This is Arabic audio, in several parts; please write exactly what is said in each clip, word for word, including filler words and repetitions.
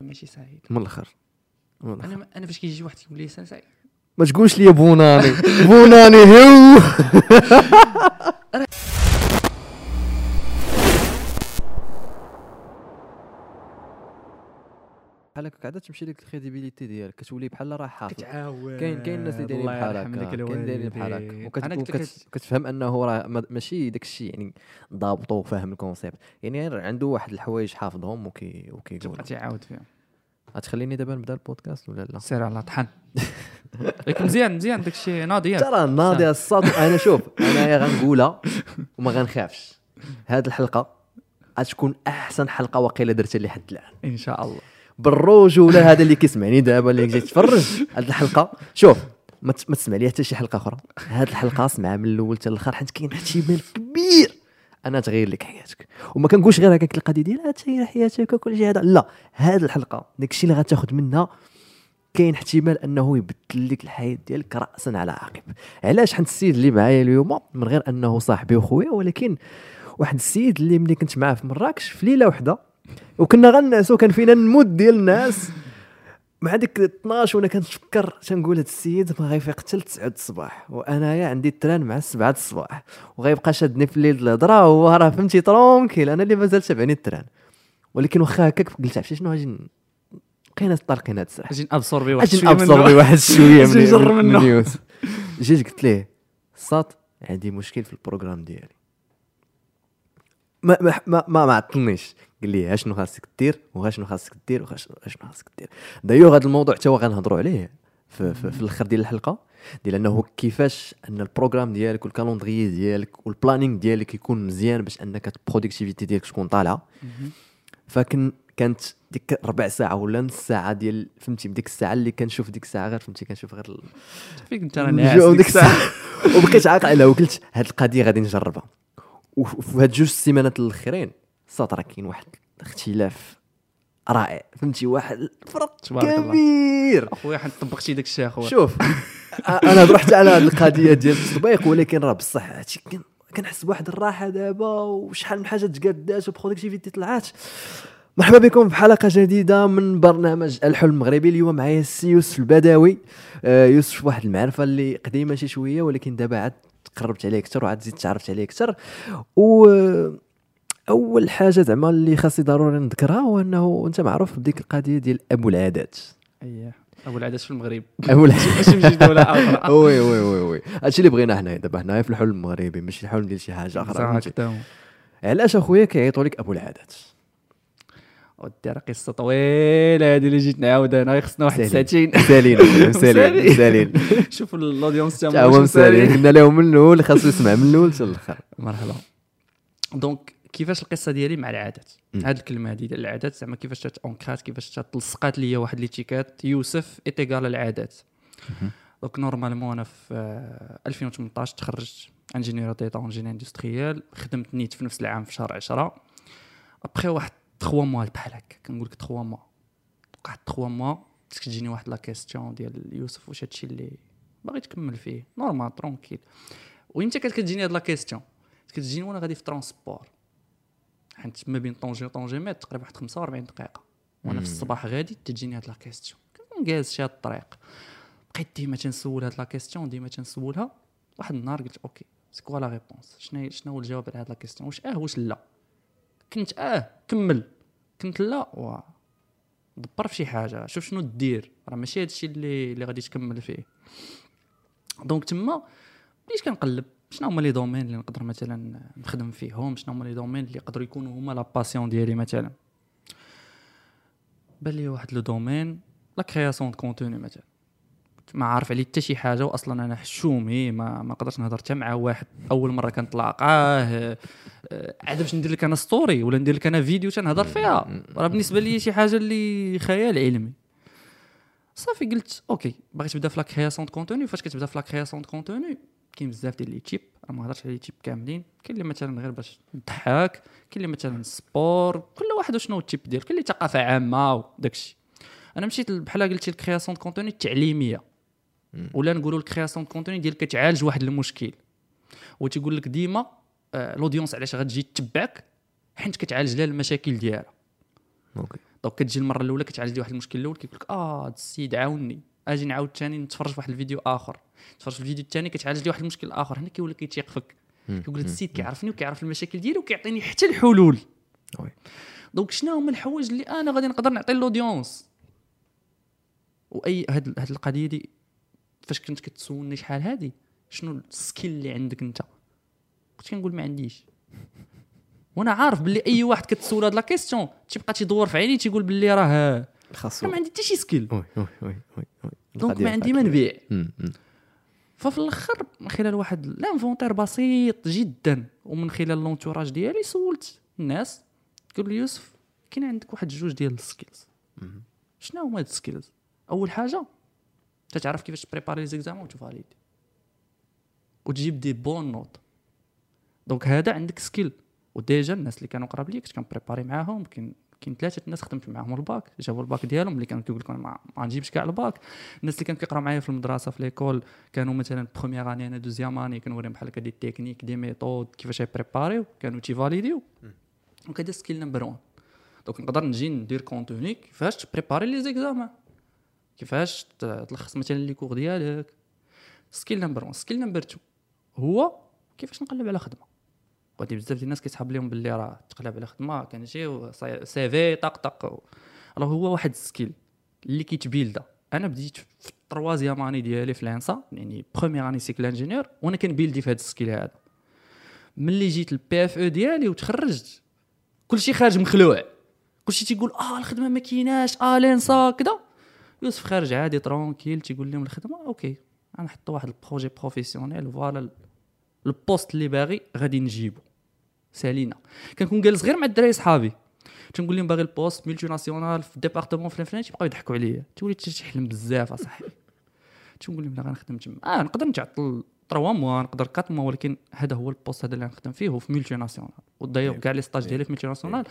ماشي سعيد من الاخر. انا انا فاش كيجي واحد يقول لي سان سعيد ما تقولش لي بوناني بوناني هو بحالك قاعده تمشي لك الكريديبيليتي ديالك كتولي بحال راه حافظ. كتعاود كاين كاين الناس اللي دايرين بحال هكا كاين اللي دايرين بحال هكا وكتفهم انه راه ماشي داك الشيء يعني ضابطو وفاهم الكونسيبت يعني عنده واحد الحوايج حافظهم وكي وكيقول تبقى تعاود فيهم. غتخليني دابا نبدا البودكاست ولا لا؟ سير على طحن لكن مزيان مزيان داك الشيء ناضي ترى ناضي الصاد. انا شوف انايا غنقولها وما غنخافش. هاد الحلقه غتكون احسن حلقه وقيله درتها لحد الان ان شاء الله بالرجوله. هذا اللي كيسمعني دابا اللي جاي تفرج هاد الحلقه شوف ما تسمع ليها حتى شي حلقه اخرى. هاد الحلقه اسمعها من الاول حتى الاخر حيت كاين احتمال كبير انا تغير لك حياتك. وما كنقولش غير هكاك القضيه ديال تغير حياتك وكل شيء هذا لا. هاد الحلقه داكشي اللي غتاخذ منها كاين احتمال انه يبدل لك الحياه ديالك راسا على عقب. علاش؟ حنت السيد اللي معايا اليوم من غير انه صاحبي وخويا ولكن واحد السيد اللي ملي كنت معاه في مراكش في ليله وحده وكنا غنعسو كان فينا نمود ديال الناس مع ديك اثناش وانا كنتفكر تنقول هذا السيد ما غيفيق حتى تسعة الصباح وانايا عندي التران مع سبعة الصباح وغيبقى شادني في الليل الهضره وهو راه فهمتي ترونكيل انا اللي مازال تابعني التران. ولكن واخا هكاك قلت عرفتي شنو غادي بقينا طالقين هاد السرعه اجي نابسوربي واحد شويه نابسوربي واحد شويه من النيوز. جيت قلت ليه صات عندي مشكل في البروغرام ديالي ما ما ما ما, ما عطنيش قال لي اشنو خاصك دير واشنو خاصك دير واشنو خاصك دير. دايوغ هذا الموضوع حتى هو غنهضروا عليه في, في, في الاخر ديال الحلقه ديال انه كيفاش ان البروغرام ديالك والكالندري ديالك والبلانينغ ديالك يكون مزيان باش انك البرودكتيفيتي ديالك تكون طالعه. فكن كانت ديك ربع ساعه ولا نص ساعه ديال فهمتي بديك الساعه اللي كنشوف ديك الساعه غير فهمتي كنشوف غير ال... فيك انت راه ناعس ديك الساعه وبقيت عاقل عليها وقلت هاد القضيه غادي نجربها. وفي هاد جوج السيمانات الاخرين صات راه كاين واحد اختلاف رائع فهمتي واحد الفرق كبير اخويا حنا طبقتي داك الشيء اخويا. شوف انا رحت على هاد القضيه ديال التطبيق ولكن راه بصح هادشي كنحس بواحد الراحه دابا وشحال من حاجه تقادات وبرودكتيفيتي طلعات. مرحبا بكم في حلقه جديده من برنامج الحلم المغربي. اليوم معايا السي يوسف البداوي. آه يوسف واحد المعرفه اللي قديمه شي شويه ولكن دابا عاد تقربت عليه اكثر وعاد زيد تعرفت عليه اكثر. و اول حاجه زعما اللي خاصي ضروري نذكرها هو انه انت معروف بديك القضيه ديال ابو العادات. اييه ابو العادات في المغرب ابو العادات ماشي في شي دوله اخرى. وي وي وي وي هادشي اللي بغينا حنا دابا هنايا في الحلم المغربي ماشي الحلم ديال شي حاجه اخرى. علاش اخويا كيعيطوا لك ابو العادات؟ ودي راه قصه طويله هذه اللي جيت نعاود انا خصنا واحد ساعتين سالين سالين سالين شوفوا الاودينس تاعهم سالين قلنا لهم من الاول خاصو يسمع من الاول حتى الاخر. مرحبا. دونك كيفاش القصه ديالي مع العادات هاد الكلمه هذه ديال العادات زعما كيفاش تاونكرات كيفاش تلصقات ليا واحد ليتيكات يوسف ايتيغال العادات. دونك نورمالمون انا في ألفين وثمنطاش تخرجت انجينيور ديتا انجينير اندستريال خدمت نيت في نفس العام في شهر عشرة ابخي واحد ثلاثة موا بحال هكا كنقول لك ثلاثة موا وقعدت ثلاثة موا تجيني واحد لا كيسيون ديال يوسف واش هادشي اللي باغي تكمل فيه نورمال ترونكيل. وانت كتجيني هاد لا كيسيون كتجيني وانا غادي في ترونسبور حيت ما بين طونجي وطونجي مات تقريبا واحد خمسة وأربعين دقيقه وانا في الصباح غادي تجيني هاد لا كيسيون كنجالس شي هاد الطريق بقيت ديما تنسول هاد لا كيسيون ديما تنسولها. واحد النهار قلت اوكي سكوا لا ريبونس شنو شنو هو الجواب على هاد لا كيسيون واش اه واش لا. كنت اه كمل كنت لا و دبر في شي حاجه شوف شنو دير راه ماشي هادشي اللي اللي غادي تكمل فيه. دونك تما بديت كنقلب شنو هما لي دومين اللي نقدر مثلا نخدم فيهم شنو هما لي دومين اللي يقدروا يكونوا هما لا باسيون ديالي. مثلا بان لي واحد لو دومين لا كرياسيون دو كونتوني مثلا ما عارف عليه حتى شي حاجه واصلا انا حشومي ما ما قدرتش نهضر حتى مع واحد اول مره كنتلاقاه عاد باش ندير لك انا ستوري ولا ندير لك انا فيديو تنهضر فيها راه بالنسبه لي شي حاجه اللي خيال علمي. صافي قلت اوكي باغي تبدا في لا كرياسيون دو كونتوني. فاش كتبدا في لا كرياسيون دو كونتوني كاين بزاف ديال لي تيب راه ما هضرتش على لي تيب كاملين. كاين اللي مثلا غير باش نضحك كاين اللي مثلا سبور كل واحد شنو التيب ديال كاين اللي ثقافه عامه وداكشي. انا مشيت بحال قلت الكرياسيون دو كونتوني التعليميه ولا نقولوا الكرياسيون دو كونتوني ديال كتعالج واحد المشكل وتيقول لك ديما آه لودينس علاش غتجي تتبعك حيت كتعالج لها المشاكل ديالها. اوكي دونك كتجي المره الاولى كتعالج لي واحد المشكل الاول كيقول لك اه هاد السيد عاوني، اجي نعاود ثاني نتفرج في واحد الفيديو اخر، نتفرج في الفيديو الثاني كتعالج لي واحد المشكل اخر، هنا كيولي كيتيق فيك، كيقول هاد السيد كيعرفني وكيعرف المشاكل ديالي وكيعطيني حتى الحلول. وي دونك شنو هما الحوايج اللي انا غادي نقدر نعطي لودونس؟ واي هاد هاد القضيه دي فاش كنت كتسولني شحال هادي شنو السكيل اللي عندك انت، كنت كنقول ما عنديش. وانا عارف باللي اي واحد كتسول هاد لا كيسيون تيبقى تيدور في عيني تيقول باللي راه خاصو ما عندي حتى شي سكيل، وي وي وي وي دونك ما عندي ما نبيع. ففي الاخر من خلال واحد لانفونتير بسيط جدا ومن خلال لونتوراج ديالي سولت الناس، قالوا لي يوسف كاين عندك واحد جوج ديال السكيلز. شنو هما هاد السكيلز؟ اول حاجه تتعرف كيفاش تبريباري لي زيكزامون وتفاليد وتجيب دي بون نوت. دونك هذا عندك سكيل. وديجا الناس اللي كانوا قراب لي كنت كنبريباري معاهم، كاين كاين ثلاثه الناس خدمت معاهم الباك جابوا الباك ديالهم اللي كانوا كيقول لك ما غنجيبش كاع الباك. الناس اللي كانوا كيقراو معايا في المدرسه في ليكول كانوا مثلا بروميير اني انا دوزيام اني كنوريهم بحال هكا دي تكنيك دي ميثود كيفاش يبريباريو كانوا تيفاليديو. دونك هذا سكيل نمبر واحد. دونك نقدر نجي ندير كونتوني كيفاش تبريباري لي زيكزامان، كيفاش تلخص مثلا لي كور ديالك. سكيل نمبر واحد. سكيل نمبر اثنين هو كيفاش نقلب على خدمه. غادي بزاف ديال الناس كيتحاب لهم باللي راه تقلب على خدمه كنجيو سي في طق طق، راه هو واحد السكيل اللي كيتبيلدا. انا بديت في التروازيام اني ديالي في لانسا، يعني بروميير اني سيكل انجينيور، وانا كنبيلدي في هذا السكيل هذا. ملي جيت للبي اف او ديالي وتخرجت كلشي خارج مخلوع، كلشي تيقول اه الخدمه ما كايناش، اه لانسا كذا. يوسف خارج عادي ترونكيل تيقول لهم الخدمه اوكي، انا نحط واحد البروجي بروفيسيونيل فوالا البوست اللي باغي غادي نجيبو سالينا. كنكون جالس غير مع الدراري صحابي تنقول لهم باغي البوست ملتي ناسيونال في الديبارتمون فلان فلان، تيبقاو يضحكوا عليا، تولي تحلم بزاف اصاحبي. تنقول لهم لا غنخدم تما، اه نقدر نتعطل ثلاثة موا نقدر أربعة موا، ولكن هذا هو البوست هذا اللي غنخدم فيه هو في ملتي ناسيونال. ودايوغ كاع لي ستاج ديالي في ملتي ناسيونال،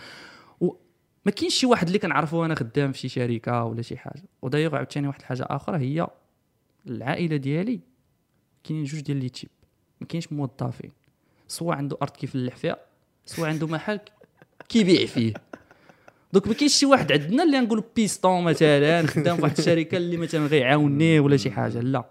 وما كاينش شي واحد اللي كنعرفو انا خدام في شي شركه ولا شي حاجه. ودايوغ عاوتاني واحد الحاجه اخرى هي العائله ديالي كاينين جوج ديال لي تيب، ما كاينش موظفين، سواء عنده ارض كيفلح فيها سواء عنده محل كيبيع فيه. دوك ما كاينش شي واحد عندنا اللي نقولوا بيستون مثلا خدام في واحد الشركه اللي مثلا غيعاونني ولا شي حاجه، لا.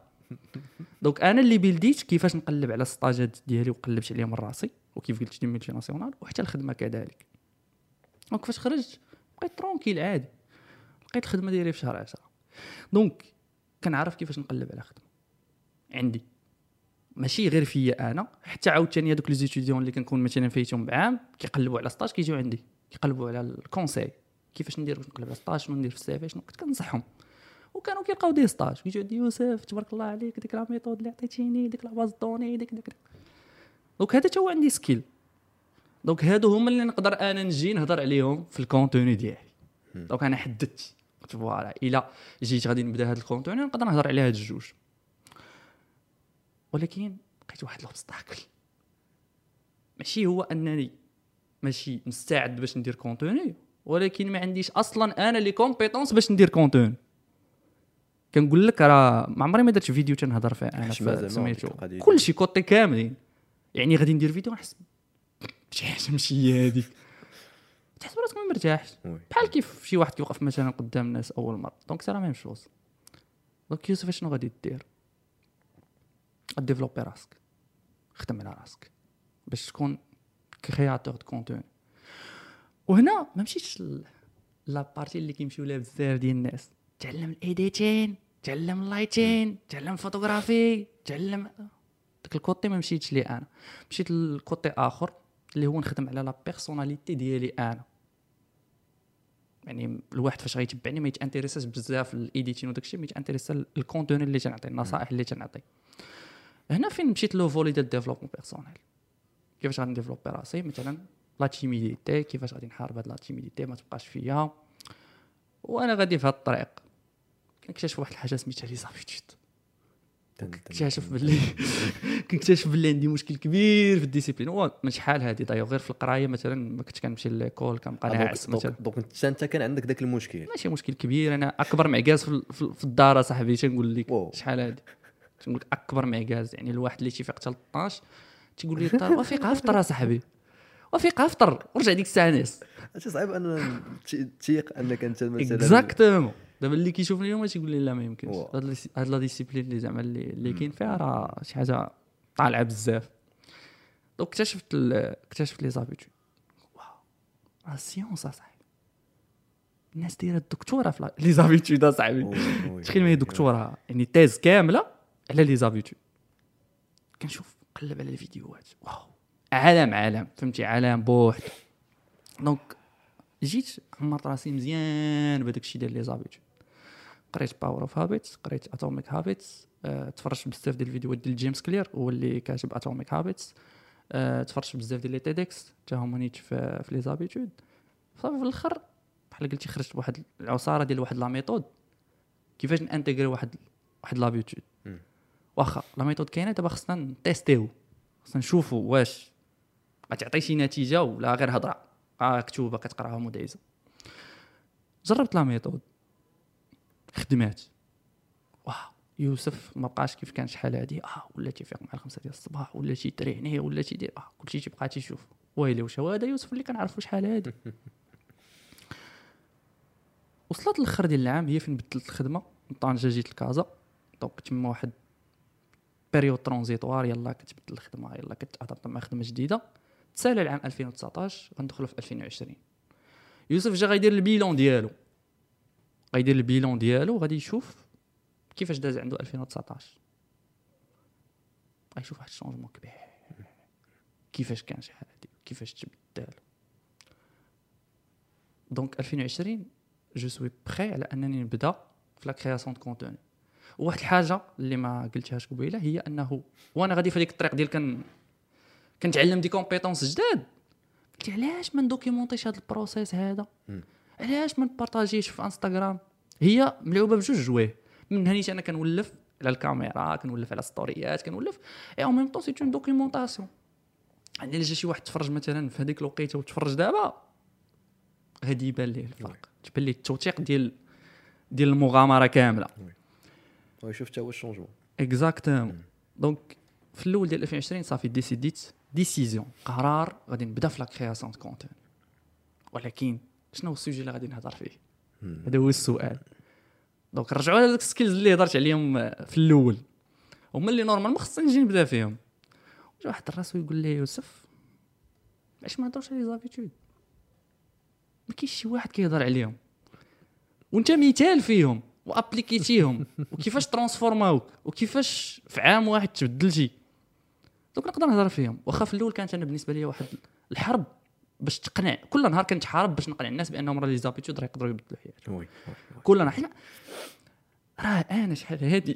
دوك انا اللي بلديت كيفاش نقلب على السطاجات ديالي وقلبت عليهم من راسي، وكيف قلت لي ملتي ناسيونال وحتى الخدمه كذلك. دونك فاش خرجت بقيت ترونكيل عادي، لقيت الخدمه ديالي في شهر عشرة. دونك كنعرف كيفاش نقلب على خدمه عندي، ماشي غير فيا انا، حتى عاوتاني هذوك لي زيتيديون اللي كنكون مثلا فايتهم بعام كيقلبوا على ستاج كيجيو عندي كيقلبوا على الكونساي كيفاش ندير، باش نقلب على ستاج شنو ندير في السيفي شنو، كنت كنصحهم وكانوا كيلقاو دي ستاج كيجيو عندي يوسف تبارك الله عليك ديك لا ميثود اللي عطيتيني ديك لا باز دوني ديك ديك. دونك هذا تا هو عندي سكيل. دونك هادو هما اللي نقدر انا نجي نهضر عليهم في الكونتوني ديالي. دونك انا حددت قلت فوالا الا جيت غادي نبدا هذا الكونتوني نقدر نهضر على هاد الجوج، ولكن لقيت واحد الاوبستاكل. ماشي هو انني ماشي مستعد باش ندير كونتوني، ولكن ما عنديش اصلا انا لي كومبيتونس باش ندير كونتوني. كنقول لك راه ما عمري ما درت فيديو تنهضر فيه انا في سميتو كلشي كوطي كاملين، يعني غادي ندير فيديو نحس شي حاجه ماشي هذيك، تحس براسك ما مرتاحش بحال كيف شي واحد كيوقف مثلا قدام الناس اول مره. دونك سي لا ميم شوز. دونك يوسف شنو غادي دير؟ ديفلوبي راسك، خدم على راسك باش تكون كرياتور دو كونتوني. وهنا ما مشيتش لا بارتي اللي كيمشيو لها بزاف ديال الناس، تعلم الايديتين، تعلم اللايتين، تعلم الفوتوغرافي، تعلم داك الكوتي. ما مشيتش لي انا، مشيت للكوتي اخر اللي هو نخدم على لا بيرسوناليتي ديالي انا. يعني الواحد فاش غيتبعني ما يتانتريساش بزاف الايديتين وداكشي، ما يتانتريسا الكونتوني اللي تنعطي، النصائح اللي تنعطي. هنا فين مشيت لو فولي ديال ديفلوبمون بيرسونيل، كيفاش غادي نديفلوبي راسي مثلا لا تيميديتي، كيفاش غادي نحارب هاد لا تيميديتي ما تبقاش فيا. وانا غادي في هاد الطريق كنكتشف واحد الحاجه سميتها لي زابيتود. كنكتشف باللي كنكتشف باللي عندي مشكل كبير في الديسيبلين. هو من شحال هادي ضايع غير في القرايه مثلا، ما كنتش كنمشي لليكول كنبقى ناعس مثلا. دونك انت انت كان عندك داك المشكل؟ ماشي مشكل كبير، انا اكبر معكاز في, في الدار صاحبي. تنقول لك شحال هادي، تنقول اكبر معكاز يعني الواحد اللي تيفيق حتى ل اثناش تيقول لي الدار وافيق افطر صاحبي. وفيقها فطر ورجع ديك الساعه ناس هادشي صعيب ان تيق انك انت مثلا اكزاكتومون. دابا اللي كيشوفني اليوم تيقول لي لا ما يمكنش واو. هاد لي- هاد لا ديسيبلين اللي زعما اللي, اللي كاين فيها راه شي حاجه طالعه بزاف. دونك اكتشفت ال- اكتشفت لي زابيتود. واو راه السيونس اصاحبي، الناس دايره الدكتوره في لا- لي زابيتود اصاحبي. وي- وي- تخيل معايا دكتوره يعني تيز كامله على لي زابيتود. كنشوف نقلب على الفيديوهات واو عالم عالم فهمتي عالم بوحد. دونك جيت عمرت راسي مزيان بهداك الشيء ديال لي زابيتود. قريت باور اوف هابيتس، قريت اتوميك هابيتس، أه تفرجت بزاف ديال الفيديوهات ديال جيمس كلير هو اللي كاتب اتوميك هابيتس. أه تفرجت بزاف ديال لي تيدكس حتى هما نيت في, في لي زابيتود. صافي في الاخر بحال قلتي خرجت بواحد العصاره ديال واحد لا ميثود كيفاش نانتيغري واحد واحد لابيتود. واخا لا ميثود كاينه دابا خصنا نتيستيو، خصنا نشوفوا واش غتعطي شي نتيجه ولا غير هضره اه مكتوبه كتقراها مدعسه. جربت لا ميثود خدمات واه يوسف ما بقاش كيف كان شحال هادي اه ولا تيفيق مع الخمسة ديال الصباح ولا تيتريني ولا تيدير اه كلشي تيبقى تيشوف ويلي واش هو هذا يوسف اللي كنعرفو شحال هادي. وصلت الاخر ديال العام هي فين بدلت الخدمه من طنجه جيت لكازا. دونك تما واحد بيريود ترانزيتوار يلا كتبدل الخدمه يلا كتعطى مع خدمه جديده. تسالى العام ألفين وتسعطاش غندخلوا في ألفين وعشرين. يوسف جا غيدير البيلون ديالو غيدير البيلون ديالو غادي يشوف كيفاش داز عنده ألفين وتسعطاش. غيشوف واحد الشونجمون كبير كيفاش كان شحال هادي كيفاش تبدل. دونك ألفين وعشرين جو سوي بري على انني نبدا في لا كرياسيون دو كونتوني. وواحد الحاجه اللي ما قلتهاش قبيله هي انه وانا غادي في هذيك الطريق ديال كان كنتعلم دي كومبيتونس جداد قلت علاش ما ندوكيمونطيش هذا البروسيس هذا، علاش ما نبارطاجيش في انستغرام. هي ملعوبه بجوج جويه. من هنيت انا كنولف على الكاميرا كنولف على ستوريات كنولف اي او ميم طون سي اون دوكيمونطاسيون. يعني الا جا شي واحد تفرج مثلا في هذيك الوقيته وتفرج دابا غادي يبان ليه الفرق، تبان ليه التوثيق ديال ديال المغامره كامله. وي شفت هو الشونجمون اكزاكتومون. دونك في الاول ديال ألفين وعشرين صافي ديسيديت ديسيزيون قرار غادي نبدا في لا كرياسيون دو كونتون. ولكن شنو هو السوجي اللي غادي نهضر فيه؟ هذا هو السؤال. دونك نرجعوا على داك السكيلز اللي هضرت عليهم في الاول هما اللي نورمال ما خصني نجي نبدا فيهم. جا واحد الراس ويقول لي يوسف علاش ما هضرش على لي زابيتود؟ ما كاينش شي واحد كيهضر عليهم وانت مثال فيهم وابليكيتيهم وكيفاش ترانسفورماوك وكيفاش في عام واحد تبدلتي. دونك نقدر نهضر فيهم. واخا في الاول كانت انا بالنسبه لي واحد الحرب باش تقنع كل نهار كنت حارب باش نقنع الناس بانهم راه لي زابيتود راه يقدروا يبدلوا حياتهم. وي كل نهار حنا راه انا شحال هادي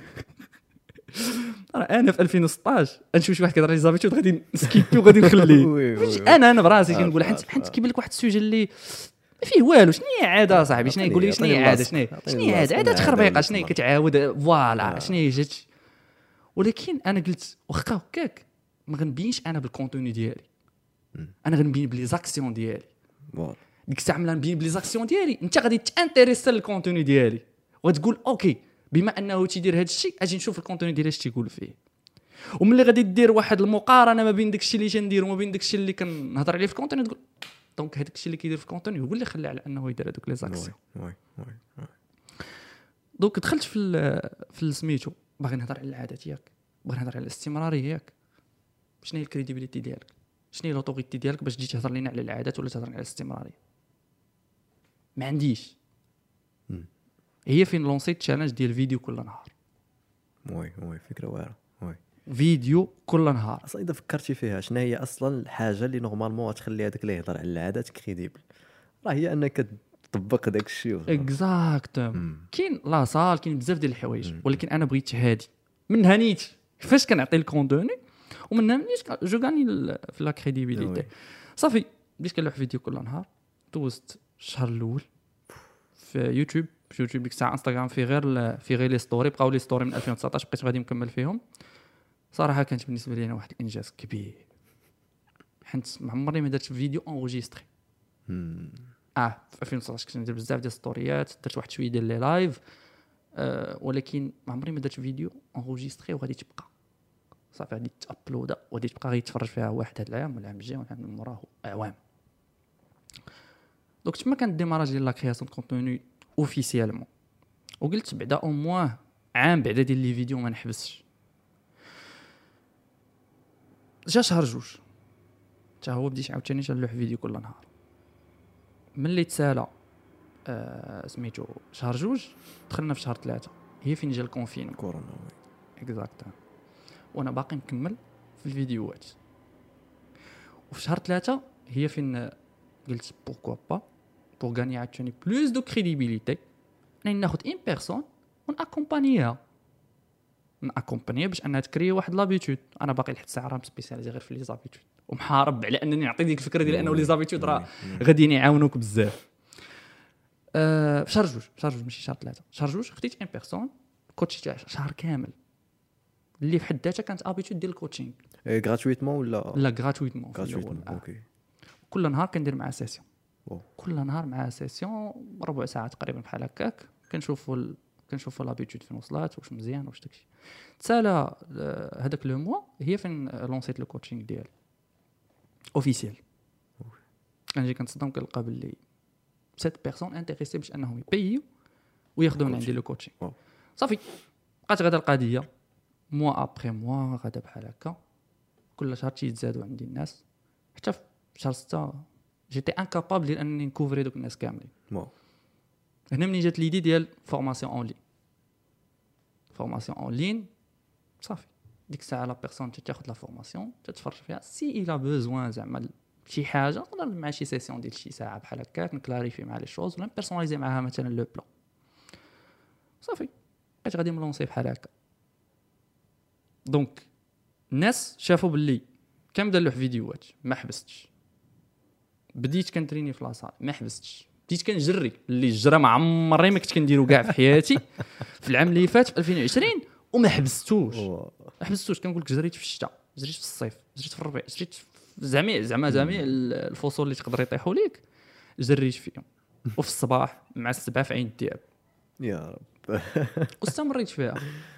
راه انا في ألفين وستطاش نشوف شي واحد كيهضر لي زابيتود غادي نسكيبي وغادي نخليه. انا انا براسي كنقول حيت حيت كيبان لك واحد السوجي اللي ما فيه والو. شنو هي عاده صاحبي؟ شنو يقول لي شنو هي عاده؟ شنو شنو هي عاده؟ عاده تخربيقه شنو هي كتعاود فوالا شنو هي جات. ولكن انا قلت واخا هكاك ما غنبينش انا بالكونتوني ديالي، انا غنبين بلي زاكسيون ديالي. ديك الساعه ملي نبين بلي زاكسيون ديالي انت غادي تانتريسي للكونتوني ديالي وتقول اوكي بما انه تيدير هذا الشيء اجي نشوف الكونتوني ديالي اش تيقول فيه. وملي غادي دير واحد المقارنه ما بين داك الشيء اللي تندير وما بين داك الشيء اللي كنهضر عليه في الكونتوني تقول دونك هذاك الشيء اللي كيدير في الكونتوني هو اللي خلى على انه يدير هذوك لي زاكسيون. وي وي دونك دخلت في في سميتو باغي نهضر على العادات ياك، باغي نهضر على الاستمراريه ياك. شنو هي الكريديبيليتي ديالك؟ شنو هي لوطوريتي ديالك باش تجي تهضر لينا على العادات ولا تهضر على الاستمراريه؟ ما عنديش. هي فين لونسيت تشالنج ديال فيديو كل نهار. وي وي فكره واعره. وي فيديو كل نهار. اصلا اذا فكرتي فيها شنو هي اصلا الحاجه اللي نورمالمون تخلي هذاك اللي يهضر على العادات كريديبل؟ راه هي انك تطبق داك الشيء. اكزاكت. كاين لا صال كاين بزاف ديال الحوايج ولكن انا بغيت هادي من هنيت فاش كنعطي الكونتوني ومن هنيت جو غاني في لا كريديبيليتي. صافي بديت كنلوح فيديو كل نهار. دوزت الشهر الاول في يوتيوب في يوتيوب ديك الساعه. انستغرام في غير في غير لي ستوري بقاو لي ستوري من ألفين وتسعطاش بقيت غادي نكمل فيهم. صراحه كانت بالنسبه لي انا واحد الانجاز كبير حيت ما عمرني ما درت فيديو انغيستري. اه في ألفين وتسعطاش كنت ندير بزاف ديال ستوريات درت واحد شويه ديال لي لايف أه ولكن ما عمري ما درت فيديو انغيستري وغادي تبقى صافي غادي تابلودا وغادي تبقى غير يتفرج فيها واحد هذا العام ولا العام الجاي ولا من موراه اعوام. دونك تما كان الديماراج ديال لا كرياسيون دو كونتوني اوفيسيالمون، وقلت بعدا او موان عام بعدا ديال لي فيديو ما نحبسش. جا شهر جوج حتى هو بديت عاوتاني تنلوح فيديو كل نهار. ملي تسالى آه سميتو شهر جوج دخلنا في شهر ثلاثة، هي فين جا الكونفين كورونا. اكزاكتومون، وانا باقي نكمل في الفيديوهات. وفي شهر ثلاثة هي فين قلت بوركوا با بور غاني عاوتاني بلوس دو كريديبيليتي انني ناخذ ان بيرسون وناكومبانيها ناكومبانيها باش انها تكري واحد لابيتود. انا باقي لحد الساعه راه سبيسياليزي غير في لي زابيتود ومحارب على انني نعطي ديك الفكره ديال انه لي زابيتود راه غاديين يعاونوك بزاف. أه في شهر جوج شهر جوج ماشي شهر ثلاثة، شهر جوج خديت ان بيرسون كوتش تاع شهر كامل اللي في حد ذاتها كانت ابيتود ديال الكوتشينغ غراتويتمون ولا لا غراتويتمون. غراتويتمون اوكي. كل نهار كندير معاه سيسيون، أوه. كل نهار معاه سيسيون ربع ساعه تقريبا بحال هكاك. كنشوفوا ال... كنشوفوا لابيتود فين وصلات، واش مزيان واش داكشي. تسالا هذاك لو موا هي فين لونسيت لو كوتشينغ ديالي اوفيسيال. كنجي كنتصدم كنلقى باللي سبعة بيرسون انتريسي باش انهم يبيو وياخذوا من عندي لو كوتشينغ. صافي بقات غادا القضيه موا ابري موا غادا بحال هكا، كل شهر تيزادوا عندي الناس حتى في شهر ستة جيتي انكابابل ديال انني نكوفري دوك الناس كاملين. هنا منين جات ليدي ديال فورماسيون اون لين. فورماسيون اون لين صافي ديك الساعه لا بيرسون تاخذ لا فورماسيون تتفرج فيها سي الا بوزوان زعما شي حاجه نقدر مع شي سيسيون ديال شي ساعه بحال هكاك نكلاريفي مع لي شوز ولا بيرسوناليزي معاها مثلا لو بلان. صافي بقيت غادي ملونسي بحال هكا. دونك الناس شافوا باللي كنبدا نلوح فيديوهات ما حبستش، بديت كنتريني في لاصال ما حبستش، بديت كنجري اللي جرى ما عمري ما كنت كنديرو كاع في حياتي في العام اللي فات في ألفين وعشرين وما حبستوش ما حبستوش. كنقول لك جريت في الشتاء، جريت في الصيف، جريت في الربيع، جريت زعما زعما جميع الفصول اللي تقدر يطيحوا ليك جريت فيهم. وفي الصباح مع السبعه في عين الدياب يا رب واستمريت فيها.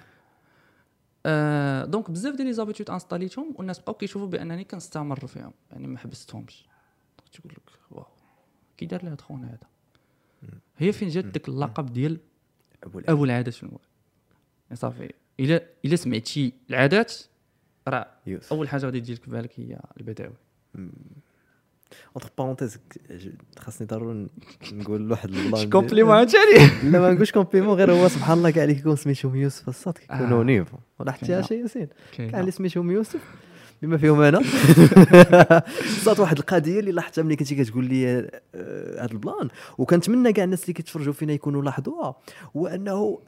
آه دونك بزاف ديال لي زابيتود انستاليتهم والناس بقاو كيشوفوا بانني كنستمر فيهم يعني ما حبستهمش. تقول لك واو كي دار لها خونا هذا. هي فين جات داك اللقب ديال ابو العادات في المول. صافي الا الا سمعتي العادات راه اول حاجه غادي تجيك في بالك هي البداوي. اونتر بارونتيز خاصني ضروري نقول لواحد البلان كومبليمون ثاني لا ما نقولش كومبليمون غير هو سبحان الله كاع اللي كيكون سميتهم يوسف الصاد كيكونوا نيفو ولا حتى شي ياسين كاع اللي سميتهم يوسف بما فيهم انا. صات واحد القضيه اللي لاحظتها ملي كنتي كتقول لي هذا البلان وكنتمنى كاع الناس اللي كيتفرجوا فينا يكونوا لاحظوها، هو انه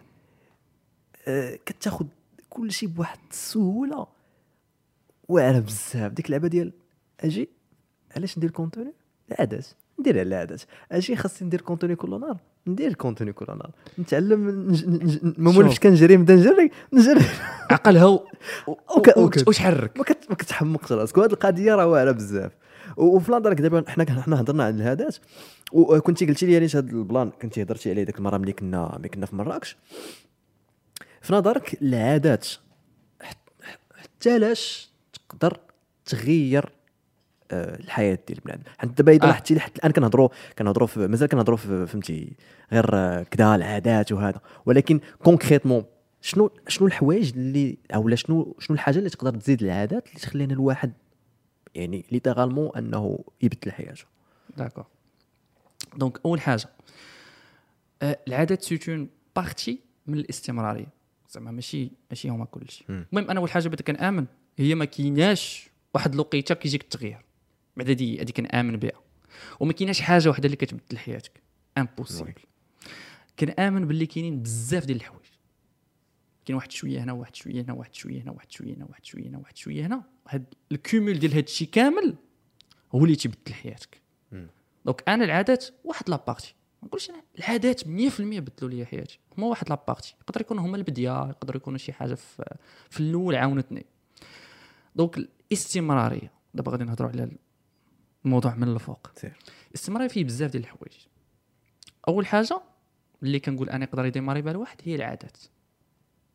كتاخذ كل شيء بواحد السهوله واعره بزاف. ديك اللعبه ديال اجي علاش ندير كونتوني العادات ندير على العادات، اجي خاصني ندير كونتوني كل نهار ندير كونتوني كل نهار، نتعلم ما مولفش كنجري نبدا نجري نجري عقلها وتحرك ما كتحمقش راسك. وهاد القضيه راه واعره بزاف. وفي نظرك دابا حنا حنا هضرنا على العادات وكنتي قلتي لي علاش هذا البلان كنتي هضرتي عليه ديك المره ملي كنا ملي كنا في مراكش. في نظرك العادات حتى لاش تقدر تغير الحياه ديال البنادم؟ حتى دابا اذا لاحظتي حتى الان كنهضروا كنهضروا مازال كنهضروا فهمتي غير كذا العادات وهذا، ولكن كونكريتمون شنو شنو الحوايج اللي اولا شنو شنو الحاجه اللي تقدر تزيد العادات اللي تخلينا الواحد يعني ليترالمون انه يبدل حياته؟ داكور. دونك اول حاجه العادات سيتون بارتي من الاستمراريه، زعما ماشي ماشي هما كلشي. المهم انا اول حاجه بدا كنامن هي ما كايناش واحد الوقيته كيجيك التغيير بعد هادي هادي كنامن بها، وما كايناش حاجه واحده اللي كتبدل حياتك امبوسيبل. كنامن باللي كاينين بزاف ديال الحوايج، كاين واحد شويه هنا واحد شويه هنا واحد شويه هنا واحد شويه هنا واحد شويه هنا واحد شويه هنا، هاد الكومول ديال هاد الشيء كامل هو اللي تيبدل حياتك. دونك انا العادات واحد لابارتي، ما نقولش انا العادات مية في المية بدلوا لي حياتي، هما واحد لابارتي يقدر يكونوا هما البدايه، يقدر يكونوا شي حاجه في في الاول عاونتني. دونك الاستمراريه دابا غادي نهضروا على الموضوع من الفوق. الاستمراريه فيه بزاف ديال الحوايج. اول حاجه اللي كنقول انا يقدر يديماري بها الواحد هي العادات،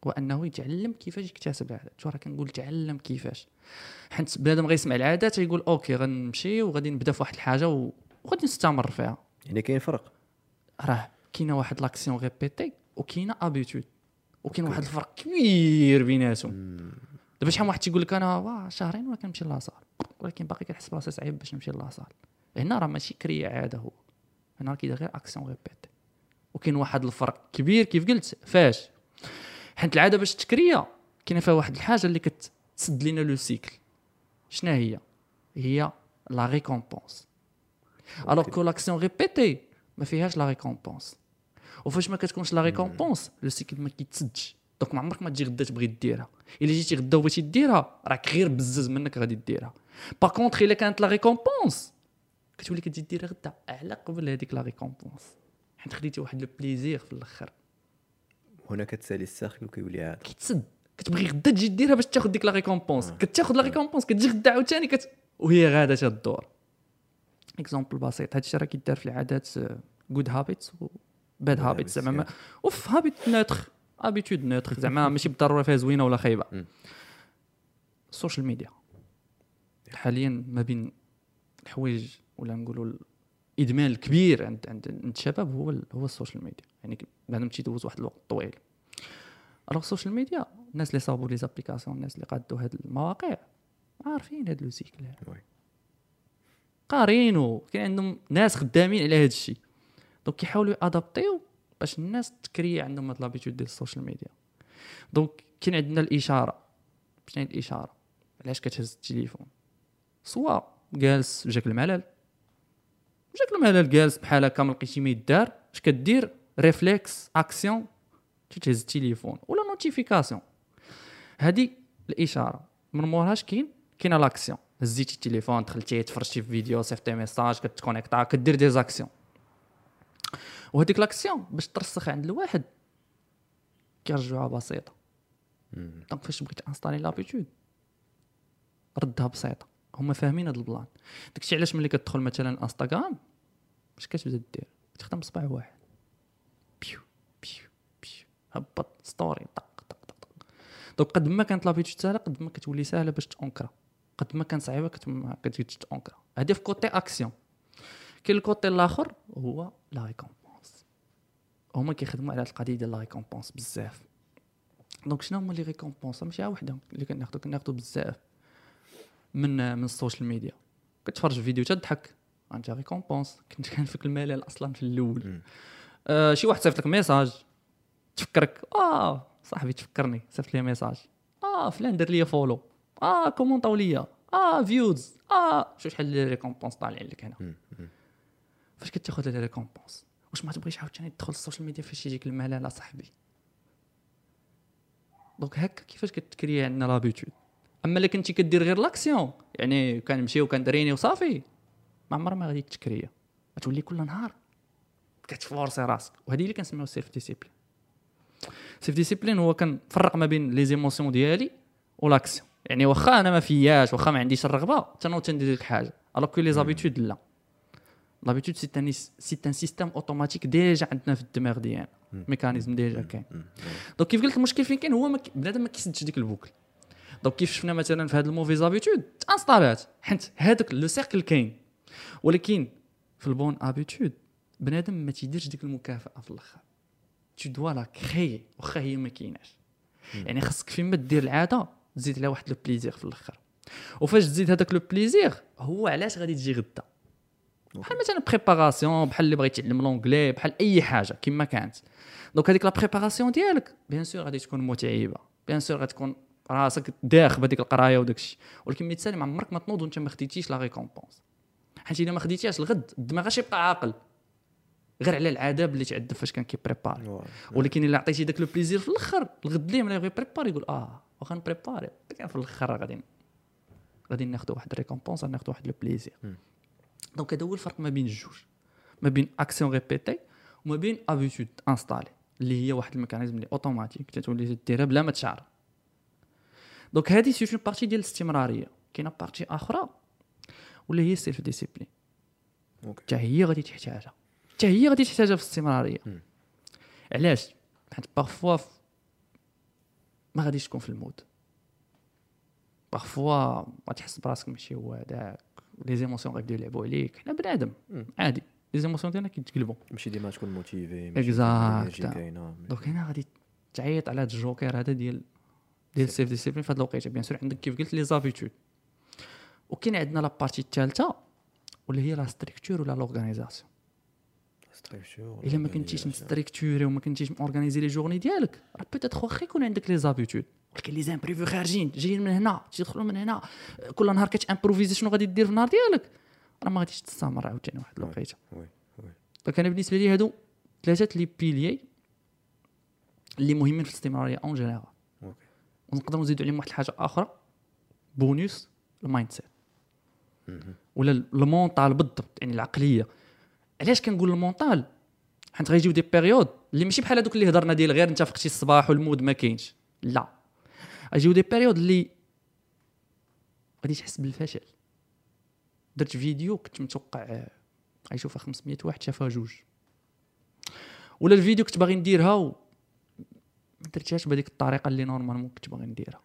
هو انه يتعلم كيفاش يكتسب العادات. شو راه كنقول تعلم كيفاش، حيت بنادم غيسمع العادات يقول اوكي غنمشي وغادي نبدا في واحد الحاجه و- وغادي نستمر فيها. يعني كاين فرق. راه كاينه واحد لاكسيون ريبيتي وكاينه ابيتود، وكاين واحد الفرق كبير بيناتهم. دابا شحال من واحد تيقول لك انا واه شهرين ولا كنمشي لاصال، ولكن باقي كنحس براسي صعيب باش نمشي لاصال. هنا راه ماشي كريا عاده، هو هنا راه كيدير غير اكسيون ريبيتي. وكاين واحد الفرق كبير كيف قلت فاش، حيت العاده باش تكريا كاينه فيها واحد الحاجه اللي كتسد لينا لو سيكل. شنو هي؟ هي لا ريكومبونس. الوغ كو لاكسيون ريبيتي ما فيهاش لا ريكومبونس، وفاش ما كتكونش لا ريكومبونس لو سيكل ما كيتسدش. دونك ما عمرك ما تجي غدا تبغي ديرها. الا جيتي غدا وبغيتي ديرها راك غير بزز منك غادي ديرها. با كونطخ الا كانت لا ريكومبونس كتولي كتجي ديرها غدا على قبل هذيك لا ريكومبونس، حيت خديتي واحد لو بليزير في الاخر. هنا كتسالي الساخل وكيولي عاد كيتسد، كتبغي غدا تجي ديرها باش تاخذ ديك لا ريكومبونس. كتاخذ لا ريكومبونس كتجي غدا عاوتاني كت... وهي غاده تدور. اكزومبل بسيط، هادشي راه كيدار في العادات جود هابيتس و باد هابيتس. زعما اوف هابيت نوتر ابيتود نوتر، زعما ماشي بالضروره فيها زوينه ولا خايبه. السوشيال ميديا حاليا ما بين الحوايج ولا نقولوا الادمان الكبير عند عند عند الشباب هو ال... هو السوشيال ميديا. يعني بنادم تيدوز واحد الوقت طويل. الوغ السوشيال ميديا الناس اللي صابوا لي زابليكاسيون، الناس اللي قادوا هاد المواقع عارفين هاد لو سيكل، قارينو، كاين عندهم ناس خدامين على هذا الشيء. دونك كيحاولوا ادابطيو باش الناس تكري عندهم هاد لابيتود ديال السوشيال ميديا. دونك كاين عندنا الاشاره. شنو هي الاشاره؟ علاش كتهز التليفون؟ سوا جالس جاك الملل، جاك الملل جالس بحال هكا ما لقيتي ما يدار، اش كدير؟ ريفلكس اكسيون تهز التليفون ولا نوتيفيكاسيون. هذه الاشاره. من موراهاش كاين كاينه لاكسيون. هزيتي التليفون دخلتي تفرجتي في فيديو صيفطتي ميساج كتكونيكتا كدير دي زاكسيون. وهذيك لاكسيون باش ترسخ عند الواحد كيرجعوها بسيطه. دونك فاش بغيت انستالي لابيتود ردها بسيطه. هما فاهمين هذا البلان. داكشي علاش ملي كتدخل مثلا انستغرام اش كتبدا دير؟ كتخدم بصبع واحد بيو بيو بيو هبط ستوري طق طق طق. دونك قد ما كانت لابيتود سهله قد ما كتولي سهله باش تونكرا، قد ما كان صعيبه كتجي تونكرا. هذه في كوتي اكسيون. كاين الكوتي الاخر هو لا ريكومبونس. هما كيخدموا على القضيه ديال لا ريكومبونس بزاف. دونك شنو هما لي ريكومبونس؟ ماشي وحده اللي كناخذو كناخذو بزاف من من السوشيال ميديا. كتفرج فيديو تضحك انت ريكومبونس. كنت كنفك الملل اصلا في الاول. آه شي واحد صيفط لك ميساج تفكرك اه صاحبي تفكرني صيفط لي ميساج، اه فلان دار لي فولو، اه كومونطاو ليا، اه فيوز، اه شو شحال لي ريكومبونس طالعين لك هنا. فاش كتاخذ لي ريكومبونس واش ما تبغيش عاوتاني تدخل السوشيال ميديا فاش يجيك الملل صاحبي؟ دونك هكا كيفاش كتكري عندنا لابيتود. اما اللي كنتي كدير غير لاكسيون يعني كنمشي وكندريني وصافي ما عمر ما غادي تكريا. غتولي كل نهار كتفورسي راسك. وهذه اللي كنسميو سيلف ديسيبلين. سيلف ديسيبلين هو كنفرق ما بين لي زيموسيون ديالي ولاكسيون. يعني واخا انا ما فياش واخا ما عنديش الرغبه حتى انا تندير ديك الحاجه. الوغ كو لي زابيتود لا. لابيتود سي ان سي ان سيستيم اوتوماتيك ديجا عندنا في الدماغ ديالنا، ميكانيزم ديجا كاين. دونك كيف قلت المشكل فين كاين هو ما بنادم ما كيسدش ديك البوكل. دونك كيف شفنا مثلا في هاد الموفي زابيتود انستالات حيت هذاك لو سيركل كاين. ولكن في البون ابيتود بنادم ما تيديرش ديك المكافاه في الاخر. tu dois la créer واخا هي ما كايناش. يعني خاصك فيما دير العاده تزيد لها واحد لو بليزير في الاخر. وفاش تزيد هذاك لو بليزير هو علاش غادي تجي غدا. بحال مثلا بريباراسيون، بحال اللي بغى يتعلم لونجلي، بحال اي حاجه كما كانت. دونك هذيك لا بريباراسيون ديالك بيان سور غادي تكون متعبه، بيان سور غتكون راسك داخ بهذيك القرايه وداك الشيء. ولكن مثال ما عمرك ما تنوض وانت ما خديتيش لا ريكومبونس. حيت الا ما خديتيهاش الغد الدماغ غاش يبقى عاقل غير على العذاب اللي تعذب فاش كان كيبريباري. ولكن الا عطيتي داك لو بليزير في الاخر الغد ليه ملي يبغي يبريباري يقول اه واخا نبريباري كان في الاخر غادي غادي ناخذ واحد ريكومبونس ناخذ واحد لو بليزير. دونك هذا هو الفرق ما بين الجوج، ما بين اكسيون ريبيتي وما بين ابيتود انستالي اللي هي واحد الميكانيزم اللي اوتوماتيك تتولي ديرها بلا ما تشعر. دونك هذه سي اون بارتي ديال الاستمراريه. كاينه بارتي اخرى ولا هي سيلف ديسيبلين. حتى هي غادي تحتاجها، حتى هي غادي تحتاجها في الاستمراريه. علاش؟ حيت بارفوا ما غاديش تكون في المود. بارفوا غتحس براسك ماشي هو هذاك، لي زيموسيون غيبداو يلعبوا عليك. حنا بنادم عادي، لي زيموسيون ديالنا كيتقلبوا ماشي ديما تكون موتيفي، اكزاكت. كاينه. دونك هنا غادي تعيط على هاد الجوكر هذا ديال ديال سيف ديسيبلين في هاد الوقيته. بيان سور عندك كيف قلت لي زابيتود، وكاين عندنا لا بارتي الثالثه واللي هي لا ستركتور ولا لورغانيزاسيون. الا ما كنتيش مستركتوري وما كنتيش مورغانيزي لي جورني ديالك، راه بيتيت واخا يكون عندك لي زابيتود ولكن لي زامبريفو خارجين جايين من هنا تيدخلوا من هنا، كل نهار كتامبروفيزي شنو غادي دير في النهار ديالك، راه ما غاديش تستمر عاوتاني واحد الوقيته. وي وي دونك انا بالنسبه لي هادو ثلاثه لي بيليي اللي مهمين في الاستمراريه اون جينيرال. اوكي ونقدروا نزيدوا عليهم واحد الحاجه اخرى بونيس، المايند سيت ولا المونطال بالضبط، يعني العقليه. علاش كنقول المونطال؟ حيت غيجيو دي بيريود اللي ماشي بحال هذوك اللي هضرنا ديال غير انت فقتي الصباح والمود ما كاينش، لا غيجيو دي بيريود اللي غادي تحس بالفشل. درت فيديو كنت متوقع غيشوفها خمسمية واحد، شافها جوج. ولا الفيديو كنت باغي نديرها و ما درتهاش بهذيك الطريقه اللي نورمالمون كنت باغي نديرها.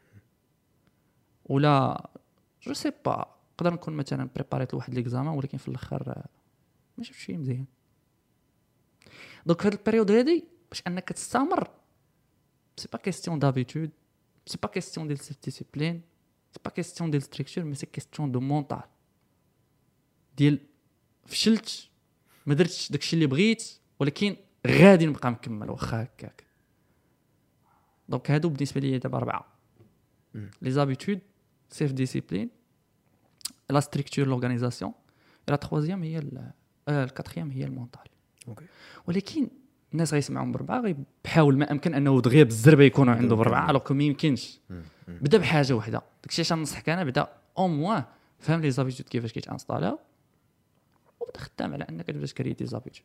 ولا جو سي با نقدر نكون مثلا بريباريت لواحد ليكزامان ولكن في الاخر ما شفتش شي مزيان. دونك هاد البيريود هادي باش انك تستمر، سي با كيستيون دابيتود، سي با كيستيون ديال سيلف ديسيبلين، سي با كيستيون ديال ستركتور، مي سي كيستيون دو مونطال ديال فشلت ما درتش داكشي اللي بغيت ولكن غادي نبقى مكمل واخا هكاك. دونك هادو بالنسبه لي دابا اربعه: لي زابيتود، سيلف ديسيبلين، لا ستركتور، لورغانيزاسيون، لا تروازيام هي الكاتريام هي المونطال. اوكي ولكن الناس غيسمعوا بربعه غيحاول ما امكن انه دغيا بالزربه يكونوا عنده بربعه، الوغ ما يمكنش. بدا بحاجه وحده، داكشي عشان ننصحك انا، بدا او موان فهم لي زابيتود كيفاش كيتانستالاو وبدا خدام على انك تبدا تكري دي زابيتود.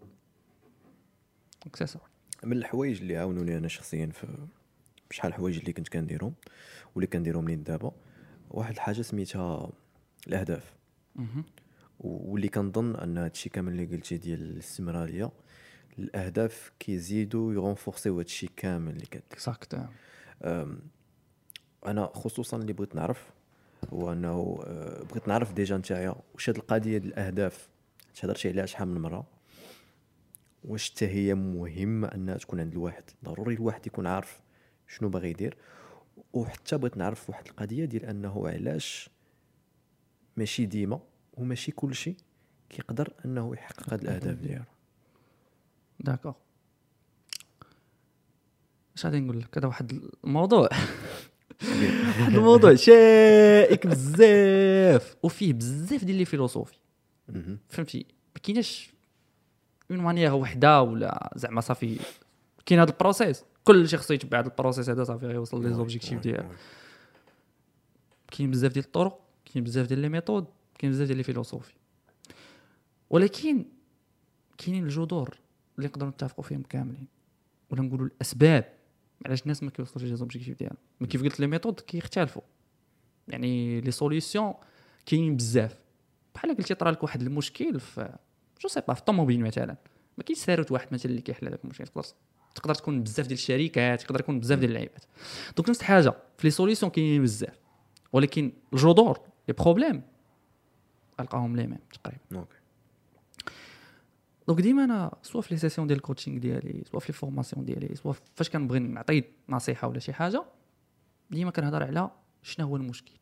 دونك سي سا من الحوايج اللي عاونوني انا شخصيا في بشحال الحوايج اللي كنت كنديرهم واللي كنديرهم منين دابا، واحد الحاجه سميتها الاهداف. واللي كنظن ان هادشي كامل اللي قلتي ديال الاستمراريه، الاهداف كيزيدوا يغونفورسيو هادشي كامل اللي كدير. اكزاكت. انا خصوصا اللي بغيت نعرف هو انه بغيت نعرف ديجا نتايا واش هاد القضيه ديال الاهداف تهضرتي عليها شحال من مره، واش حتى هي مهمه انها تكون عند الواحد؟ ضروري الواحد يكون عارف شنو باغي يدير. وحتى بغيت نعرف واحد القضيه ديال انه علاش ماشي ديما وماشي كل شيء كيقدر انه يحقق هاد الاهداف ديالو. داكور. اش غادي نقول لك؟ هذا واحد الموضوع واحد الموضوع شائك بزاف وفيه بزاف ديال لي فيلوسوفي. فهمتي؟ ما كايناش اون مانيير وحده ولا زعما صافي. كاين هذا البروسيس، كل شخص يتبع هذا البروسيس هذا صافي غيوصل لي زوبجيكتيف ديالو. كاين بزاف ديال الطرق، كاين بزاف ديال لي ميثود، كاين بزاف ديال لي فيلوسوفي، ولكن كاينين الجذور اللي نقدروا نتفقوا فيهم كاملين، ولا نقولوا الاسباب علاش الناس ما كيوصلوش لي زوبجيكتيف ديالهم. ما كيف قلت لي ميثود كيختلفوا، يعني لي سوليوشن كاينين بزاف. بحال قلتي طرا لك واحد المشكل في جو سي با في الطوموبيل مثلا، ما كاينش ساروت واحد مثلا اللي كيحل هذاك المشكل. تقدر تقدر تكون بزاف ديال الشركات، تقدر تكون بزاف ديال اللعيبات. دونك نفس الحاجه في لي سوليوشن كاينين بزاف، ولكن الجذور لي بروبليم القاهم لي ميم تقريبا. اوكي. دونك ديما انا سوا في لي سيسيون ديال الكوتشينغ ديالي، سوا في لي فورماسيون ديالي، سوا فاش كنبغي نعطي نصيحه ولا شي حاجه، ديما كنهضر على شنو هو المشكل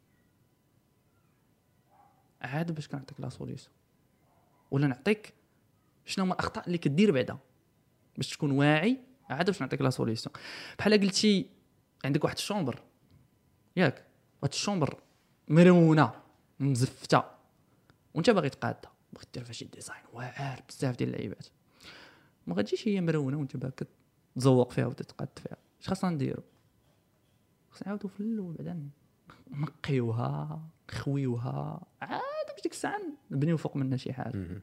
عاد باش كنعطيك لا سوليوشن، ولا نعطيك شنو هما الاخطاء اللي كدير بعدا باش تكون واعي عاد باش نعطيك لا سوليوشن. بحال قلتي عندك واحد الشومبر ياك، واحد الشومبر مرونه مزفته وانت باغي تقادها، بغيت دير فيها شي ديزاين واعر بزاف ديال اللعيبات، ما غاديش هي مرونه وانت باغي تزوق فيها وتتقاد فيها. اش خاصنا نديرو؟ خاصنا نعاودو في الاول بعدا نقيوها نخويوها عاد باش ديك الساعه نبنيو فوق منها شي حاجه.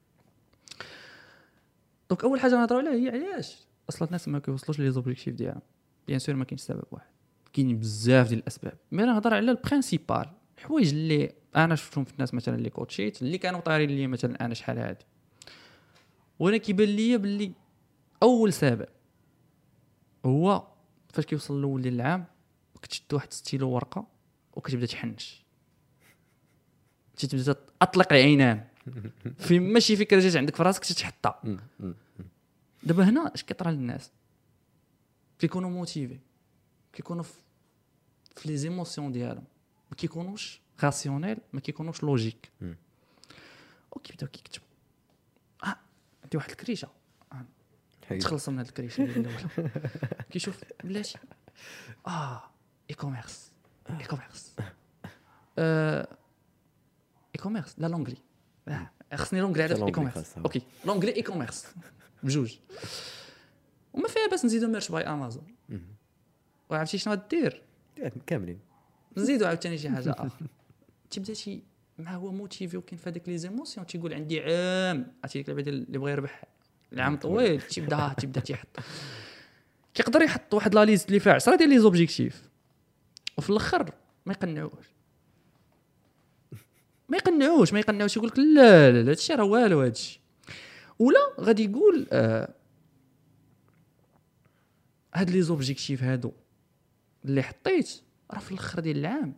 دونك اول حاجه نهضروا عليها هي علاش اصلا الناس ما كيوصلوش لي زوبجيكتيف ديالهم. بيان سور ما كاينش سبب واحد، كاين بزاف ديال الاسباب، مي انا نهضر على البرينسيبال، الحوايج اللي انا شفتهم في الناس مثلا اللي كوتشيت اللي كانوا طايرين لي مثلا انا شحال هادي، وانا كيبان ليا باللي اول سبب هو فاش كيوصل الاول ديال العام كتشد واحد ستيلو ورقه وكتبدا تحنش تبدا اطلق العنان في ماشي فكره جات عندك في راسك تتحطها. دابا هنا اش كيطرى للناس كيكونوا موتيفي كيكونوا في لي زيموسيون ديالهم ما كيكونوش راسيونيل ما كيكونوش لوجيك وكيبداو كيكتبوا اه عندي واحد الكريشه تخلصوا من هاد الكريشه ديال الاول كيشوف بلاتي اه اي كوميرس اي كوميرس اي كوميرس لا لونجلي خصني لونجلي هذا في اي كوميرس اوكي لونجلي اي كوميرس بجوج وما فيها باس نزيدو ميرش باي امازون وعرفتي شنو غدير كاملين نزيدو عاوتاني شي حاجه اخرى تيبدا شي مع هو موتيفي وكاين في هذيك لي زيموسيون تيقول عندي عام عرفتي ديك اللعبه ديال اللي بغى يربح العام طويل تيبدا تيبدا تيحط كيقدر يحط واحد لا ليست اللي فيها عشرة ديال لي زوبجيكتيف وفي الاخر ما يقنعوش ما يقنعوش ما يقنعوش يقول لك لا لا لا هادشي راه والو هادشي ولا غادي يقول آه هاد لي زوبجيكتيف هادو اللي حطيت راه في الاخر ديال العام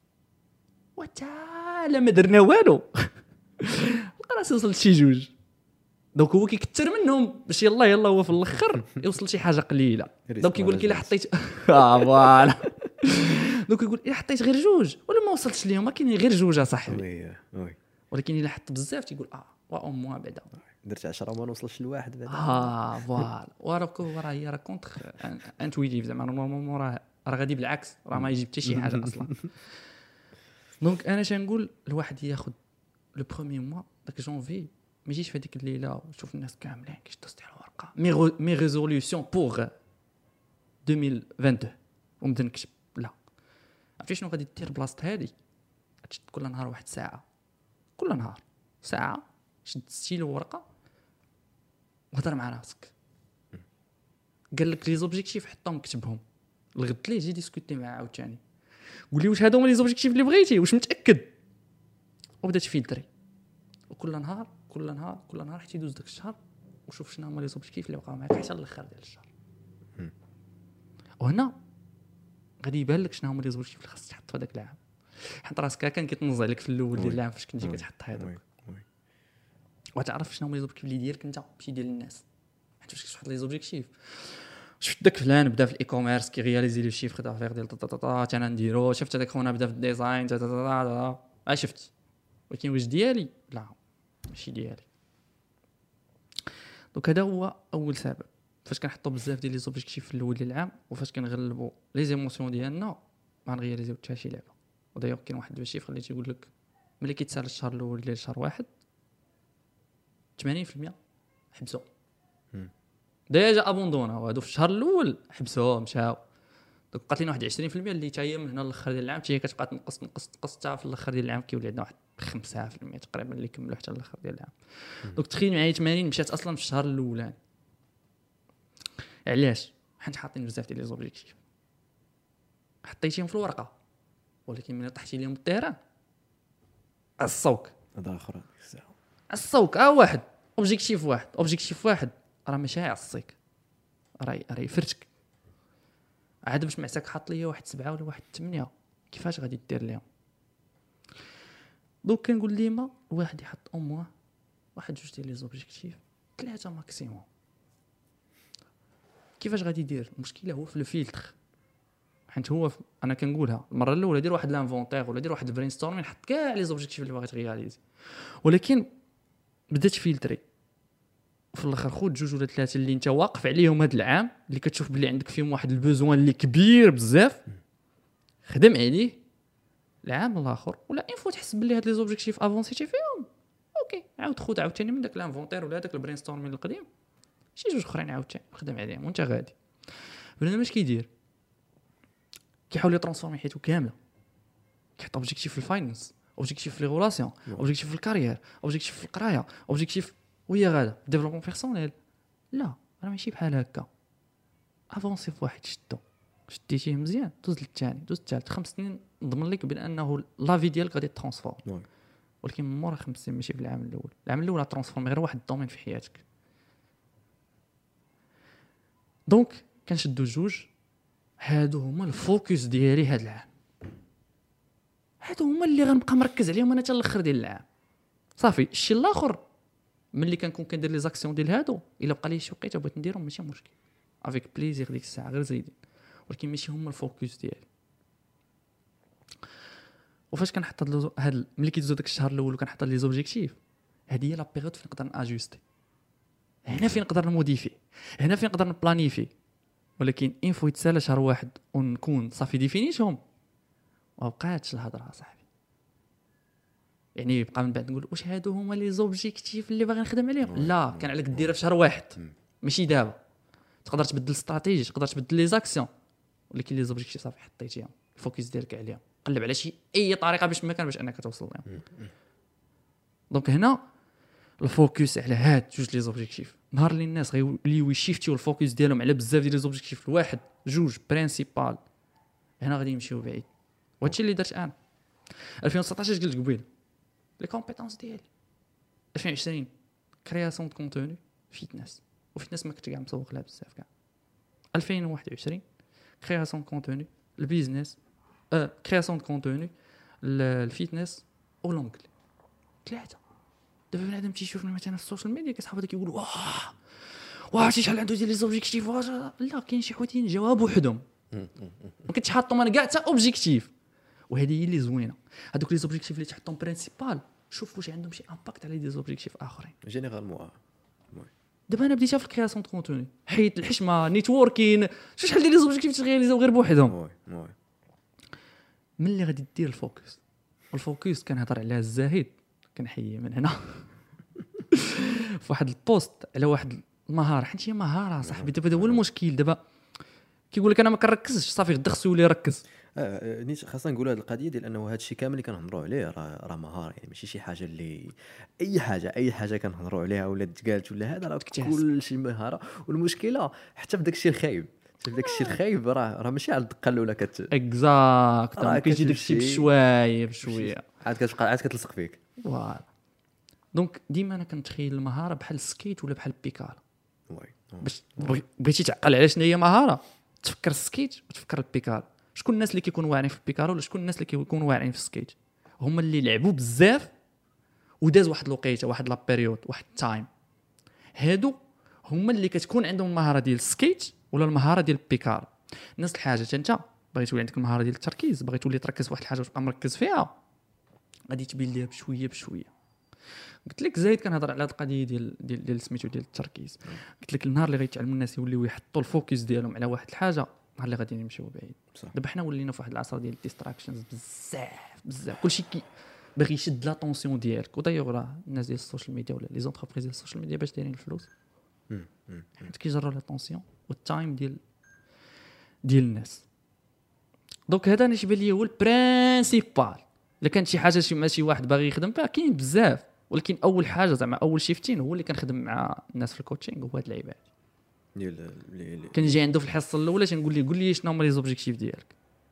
وتعالى ما درنا والو راه وصل شي جوج دونك هو كيكثر منهم باش يلا يلا هو في الاخر يوصل شي حاجه قليله دونك يقول لك الا حطيت اه فوالا دونك يقول الا حطيت غير جوج ولا ما وصلتش ليهم كاينين غير جوج اصاحبي وي وي ولكن الا حط بزاف تيقول اه وا او موا بعدا درت عشرة وما نوصلش لواحد بعدا اه فوالا وراكو راه هي راه كونتر انتويتيف زعما نورمالمون راه راه غادي بالعكس راه ما يجيب حتى شي حاجه اصلا. دونك انا شنقول الواحد ياخذ لو بروميير موا داك جونفي ما يجيش في هذيك الليله وشوف الناس كاملين كيشدوا ستيل ورقه مي مي ريزوليوشن بوغ ألفين واثنين وعشرين ونبدا نكتب لا عرفتي شنو غادي دير بلاصه هذه تشد كل نهار واحد ساعه كل نهار ساعه شد ستيلو ورقه وهضر مع راسك قال لك لي زوبجيكتيف حطهم كتبهم الغد ليه جي ديسكوتي معاه عاوتاني قول لي واش هادو هما لي زوبجيكتيف اللي بغيتي واش متاكد وبدا تفيلتري وكل نهار كل نهار كل نهار حتى يدوز داك الشهر وشوف شنو هما لي زوبجيكتيف اللي بقاو معاك حتى الاخر ديال الشهر وهنا غادي يبان لك شنو هما لي زوبجيكتيف اللي خاص تحط في هذاك العام حط راسك كان كيتنزع لك في الاول ديال العام فاش كنتي كتحط هذوك وتعرف شنو هما لي زوبجيكتيف اللي ديالك انت ماشي ديال الناس حيت فاش كتحط لي زوبجيكتيف شفت داك فلان بدا في الاي كوميرس كي رياليزي لو شيفر دافير ديال طا انا نديرو شفت هذاك خونا بدا في الديزاين تا تا تا شفت ولكن واش ديالي لا ماشي ديالي. دونك هذا هو اول سبب فاش كنحطوا بزاف ديال لي زوبجيكتيف في الاول ديال العام وفاش كنغلبوا لي زيموسيون ديالنا ما نغيريزيو حتى شي لعبه. ودايوغ كاين واحد الشيفر اللي تيقول لك ملي كيتسال الشهر الاول ديال شهر واحد ثمانين بالمية حبسوا ديجا ابوندونا وهادو في الشهر الاول حبسوهم مشاو. دونك بقات لنا واحد عشرين بالمية اللي حتى هي من هنا للاخر ديال العام حتى هي كتبقى تنقص تنقص تنقص حتى في الاخر ديال العام كيولي عندنا واحد خمسة بالمية تقريبا اللي كملوا حتى الاخر ديال العام. دونك تخيل معايا ثمانين مشات اصلا في الشهر الاولاني. علاش؟ حيت حاطين بزاف ديال لي زوبجيكتيف حطيتيهم في الورقه ولكن ملي طحتي لهم الطيران الصوك هذا اخر الساعه الصوك اه واحد اوبجيكتيف واحد اوبجيكتيف واحد راه ماشي يعصيك راه راه يفرتك عاد باش معساك حاط ليا واحد سبعة ولا واحد ثمانية كيفاش غادي دير ليهم؟ دوك كنقول ديما الواحد يحط او موا واحد جوج ديال لي زوبجيكتيف ثلاثه ماكسيموم. كيفاش غادي يدير؟ المشكله هو في لو فلتر حيت هو ف... انا كنقولها المره الاولى دير واحد لانفونتير ولا دير واحد البرين ستورمين حط كاع لي زوبجيكتيف اللي باغي تغياليزي ولكن بدات فلتري في الاخر خذ جوج ولا ثلاثه اللي انت واقف عليهم هذا العام اللي كتشوف بلي عندك فيهم واحد البوزوان اللي كبير بزاف خدم عليه العام الاخر ولا ان فوا تحس بلي هاد لي زوبجيكتيف افونسيتي فيهم اوكي عاود خذ عاوتاني من داك لانفونتير ولا داك البرين ستورمين القديم شي جوج اخرين عاوتاني خدم عليهم وانت غادي. بنادم اش كيدير؟ كيحاول يترانسفورمي حياته كامله كيحط اوبجيكتيف في الفاينانس اوبجيكتيف في لي غولاسيون اوبجيكتيف في الكارير اوبجيكتيف في القرايه اوبجيكتيف ويا غادا ديفلوبمون بيرسونيل لا راه ماشي بحال هكا. افونسي في واحد شدو شديتيه مزيان دوز للثاني دوز الثالث خمس سنين نضمن لك بانه لافي ديالك غادي ترانسفورم ولكن من مورا خمس سنين ماشي في العام الاول. العام الاول ترانسفورمي غير واحد الدومين في حياتك. دونك كنشدو جوج هادو هما الفوكس ديالي هاد العام، هادو هما اللي غنبقى مركز عليهم انا حتى الاخر ديال العام. صافي الشيء الاخر ملي كنكون كندير لي زاكسيون ديال هادو الا بقى لي شي وقيته بغيت نديرهم ماشي مشكل، افيك بليزير ديك الساعه غير زايدين، ولكن ماشي هما الفوكس ديالي. وفاش كنحط هاد هاد ملي كيدوزو داك الشهر الاول وكنحط لي زوبجيكتيف، هادي هي لا بيريود فين نقدر ناجوستي، هنا فين نقدر نموديفي، هنا فين نقدر نبلانيفي. ولكن ان فويت سالا شهر واحد ونكون صافي ديفينيتهم ما بقاتش الهضره صاحبي. يعني يبقى من بعد نقول واش هادو هما لي زوبجيكتيف اللي باغي نخدم عليهم؟ لا، كان عليك ديرها في شهر واحد ماشي دابا. تقدر تبدل استراتيجي، تقدر تبدل لي زاكسيون، ولكن لي زوبجيكتيف صافي حطيتيهم، الفوكس ديالك عليهم، قلب على شي اي طريقه باش ما كان باش انك توصل لهم. دونك هنا الفوكس على هاد جوج لي زوبجيكتيف. نهار اللي الناس غيوليو يشيفتيو الفوكس ديالهم على بزاف ديال لي زوبجيكتيف لواحد جوج برينسيبال، هنا غادي يمشيو بعيد. وهادشي اللي درت انا ألفين وتسعطاش قلت قبيل لي كومبيتونس ديالي. ألفين وعشرين كرياسيون دو كونتوني فيتنس، وفيتنس ما كنت كاع مسوق لها بزاف كاع. ألفين وواحد وعشرين كرياسيون دو كونتوني، البيزنس، اه كرياسيون دو كونتوني، الفيتنس ولونجلي، ثلاثه. دابا بنادم تيشوفني مثلا في السوشيال ميديا كيصحاب هذاك يقول واه واه شي شحال عنده ديال لي زوبجيكتيف. لا، كاين شي حوتين جواب بوحدهم ما كنتش حاطهم انا كاع حتى اوبجيكتيف. وهذه هي اللي زوينه، هذوك لي زوبجيكتيف اللي تحطهم برينسيبال شوف واش عندهم شي امباكت على دي زوبجيكتيف اخرين جينيرالمون. دابا انا بديتها في الكرياسيون دو كونتوني، حيت الحشمه نيتوركين شحال ديال لي زوبجيكتيف تغياليزاو غير بوحدهم. وي وي ملي غادي دير الفوكس، والفوكس كنهضر عليها الزاهد كنحيي من هنا في واحد البوست على واحد المهاره، حيت هي مهاره صاحبي. دابا هو المشكل، دابا كيقول لك انا ما كنركزش، صافي غدا خصو يولي يركز. اه نيت خاصنا نقولوا هذه القضيه ديال انه هذا الشيء كامل اللي كنهضروا عليه راه راه مهاره، يعني ماشي شي حاجه اللي اي حاجه اي حاجه كنهضروا عليها ولا تقالت ولا هذا، راه كل شيء مهاره. والمشكله حتى في داك الشيء الخايب، حتى في داك الشيء الخايب راه راه ماشي على الدقه الاولى كت اكزاكت كيجي داك الشيء بشويه بشويه عاد كتبقى عاد كتلصق فيك. فوالا. دونك ديما انا كنتخيل المهاره بحال السكيت ولا بحال البيكار. وي باش بغيتي تعقل على شنو هي مهاره، تفكر السكيت وتفكر البيكار. شكون الناس اللي كيكونوا واعرين في البيكار ولا شكون الناس اللي كيكونوا واعرين في السكيت؟ هما اللي لعبوا بزاف وداز واحد الوقيته، واحد لا بيريود، واحد التايم. هادو هما اللي كتكون عندهم المهاره ديال السكيت ولا المهاره ديال البيكار. نفس الحاجه انت باغي تولي عندك المهاره ديال التركيز، باغي تولي تركز في واحد الحاجه وتبقى مركز فيها، غادي تبين ليها بشويه بشويه. قلت لك زايد كنهضر على هذه القضيه ديال ديال ديال سميتو ديال التركيز. قلت لك النهار اللي غيتعلموا الناس يوليو يحطوا الفوكس ديالهم على واحد الحاجه، نهار اللي غادي نمشيو بعيد. دابا حنا ولينا في واحد العصر ديال الديستراكشنز بزاف بزاف، كلشي كي باغي يشد لاتونسيون ديالك. ودايوغ راه الناس ديال السوشيال ميديا ولا لي زونتربريز ديال السوشيال ميديا باش دايرين الفلوس، حيت كيجروا لاتونسيون والتايم ديال ديال الناس. دونك هذا انا شبه لي هو البرينسيبال. الا كانت شي حاجه شي ماشي واحد باغي يخدم فيها، كاين بزاف، ولكن اول حاجه زعما اول شيفتين هو اللي كنخدم مع الناس في الكوتشينغ هو هاد اللعيبات ديال كنجي عنده في الحصه الاولى تنقول ليه قول لي شنو هما لي زوبجيكتيف ديالك.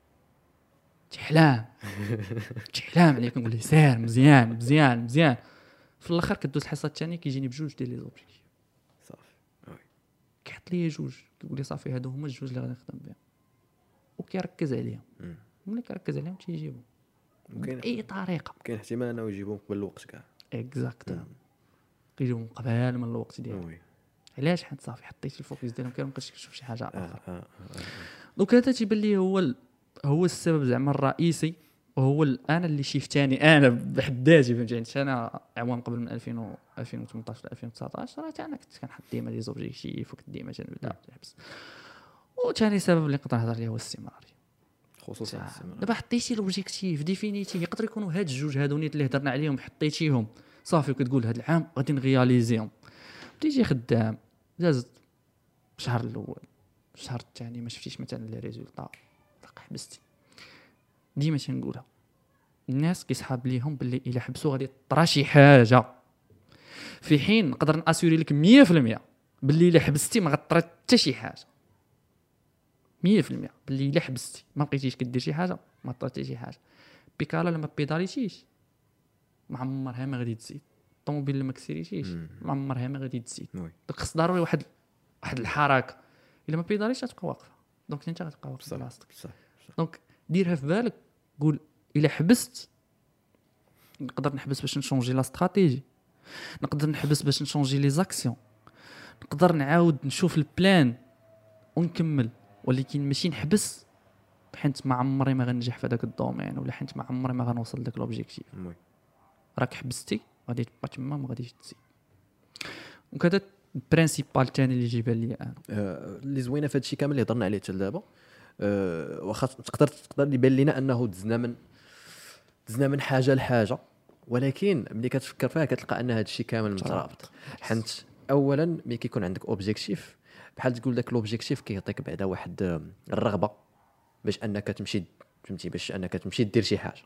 تحلام تحلام عليك، نقول ليه سير مزيان مزيان مزيان. في الاخر كدوز الحصه الثانيه كيجيني بجوج ديال لي زوبجيكتيف صافي، كيحط لي جوج كيقول لي صافي هادو هما الجوج اللي غادي نخدم بهم، وكيركز عليهم. ملي كيركز عليهم تيجيبهم باي طريقه. كاين احتمال انه يجيبهم قبل الوقت كاع. اكزاكت كيجيبهم قبل من الوقت ديالهم. علاش؟ حيت صافي حطيت الفوكس ديالهم كيبقاش كيشوف شي حاجه اخرى. دونك هذا تيبان لي هو ال... هو السبب زعما الرئيسي، وهو انا اللي شفتاني انا بحد ذاتي. فهمتي انا اعوام قبل من ألفين و ألفين وثمنطاش ل ألفين وتسعطاش راه انا كنت كنحط ديما لي زوبجيكتيف وكنت ديما تنبدا نحبس. وثاني سبب اللي نقدر نهضر عليه هو الاستمراريه، خصوصا الاستمراريه. دابا حطيتي لوبجيكتيف ديفينيتي يقدر يكونوا هاد الجوج هادو نيت اللي هضرنا عليهم حطيتيهم صافي وكتقول هاد العام غادي نغياليزيهم. بديتي خدام دازت الشهر الاول الشهر الثاني ما شفتيش مثلا لي ريزولطا حبستي. ديما تنقولها الناس كيسحاب ليهم باللي الا حبسوا غادي طرا شي حاجه، في حين نقدر ناسوري لك مية في المية باللي الا حبستي ما غطرا حتى شي حاجه. مية في المية باللي الا حبستي ما بقيتيش كدير شي حاجه ما طرا حتى شي حاجه. بيكالا لما بيداريتيش ما عمرها ما غادي تزيد. الطوموبيل لما كسيريتيش ما عمرها ما غادي تزيد. دونك خص ضروري واحد واحد الحركه، الا ما بيداريش غتبقى واقفه. دونك انت غتبقى واقف بصح بلاصتك. بصح دونك ديرها في بالك، قول الا حبست نقدر نحبس باش نشونجي لا استراتيجي، نقدر نحبس باش نشونجي لي زاكسيون، نقدر نعاود نشوف البلان ونكمل، ولكن ماشي نحبس حيت ما عمري ما غنجح في هذاك الدومين ولا حيت ما عمري ما غنوصل لذاك لوبجيكتيف. وي راك حبستي غادي تبقى تما ما غاديش تزيد. وكذا البرينسيبال ثاني اللي جيبان لي انا آه، اللي زوينه في هذا الشيء كامل اللي هضرنا عليه حتى لدابا، أه واخا تقدر تقدر يبان لنا انه دزنا من دزنا من حاجه لحاجه، ولكن ملي كتفكر فيها كتلقى ان هذا الشيء كامل مترابط. حيت اولا ملي كيكون عندك اوبجيكتيف بحال تقول داك لوبجيكتيف كيعطيك بعدا واحد آه، الرغبه باش انك تمشي فهمتي باش انك تمشي دير شي حاجه.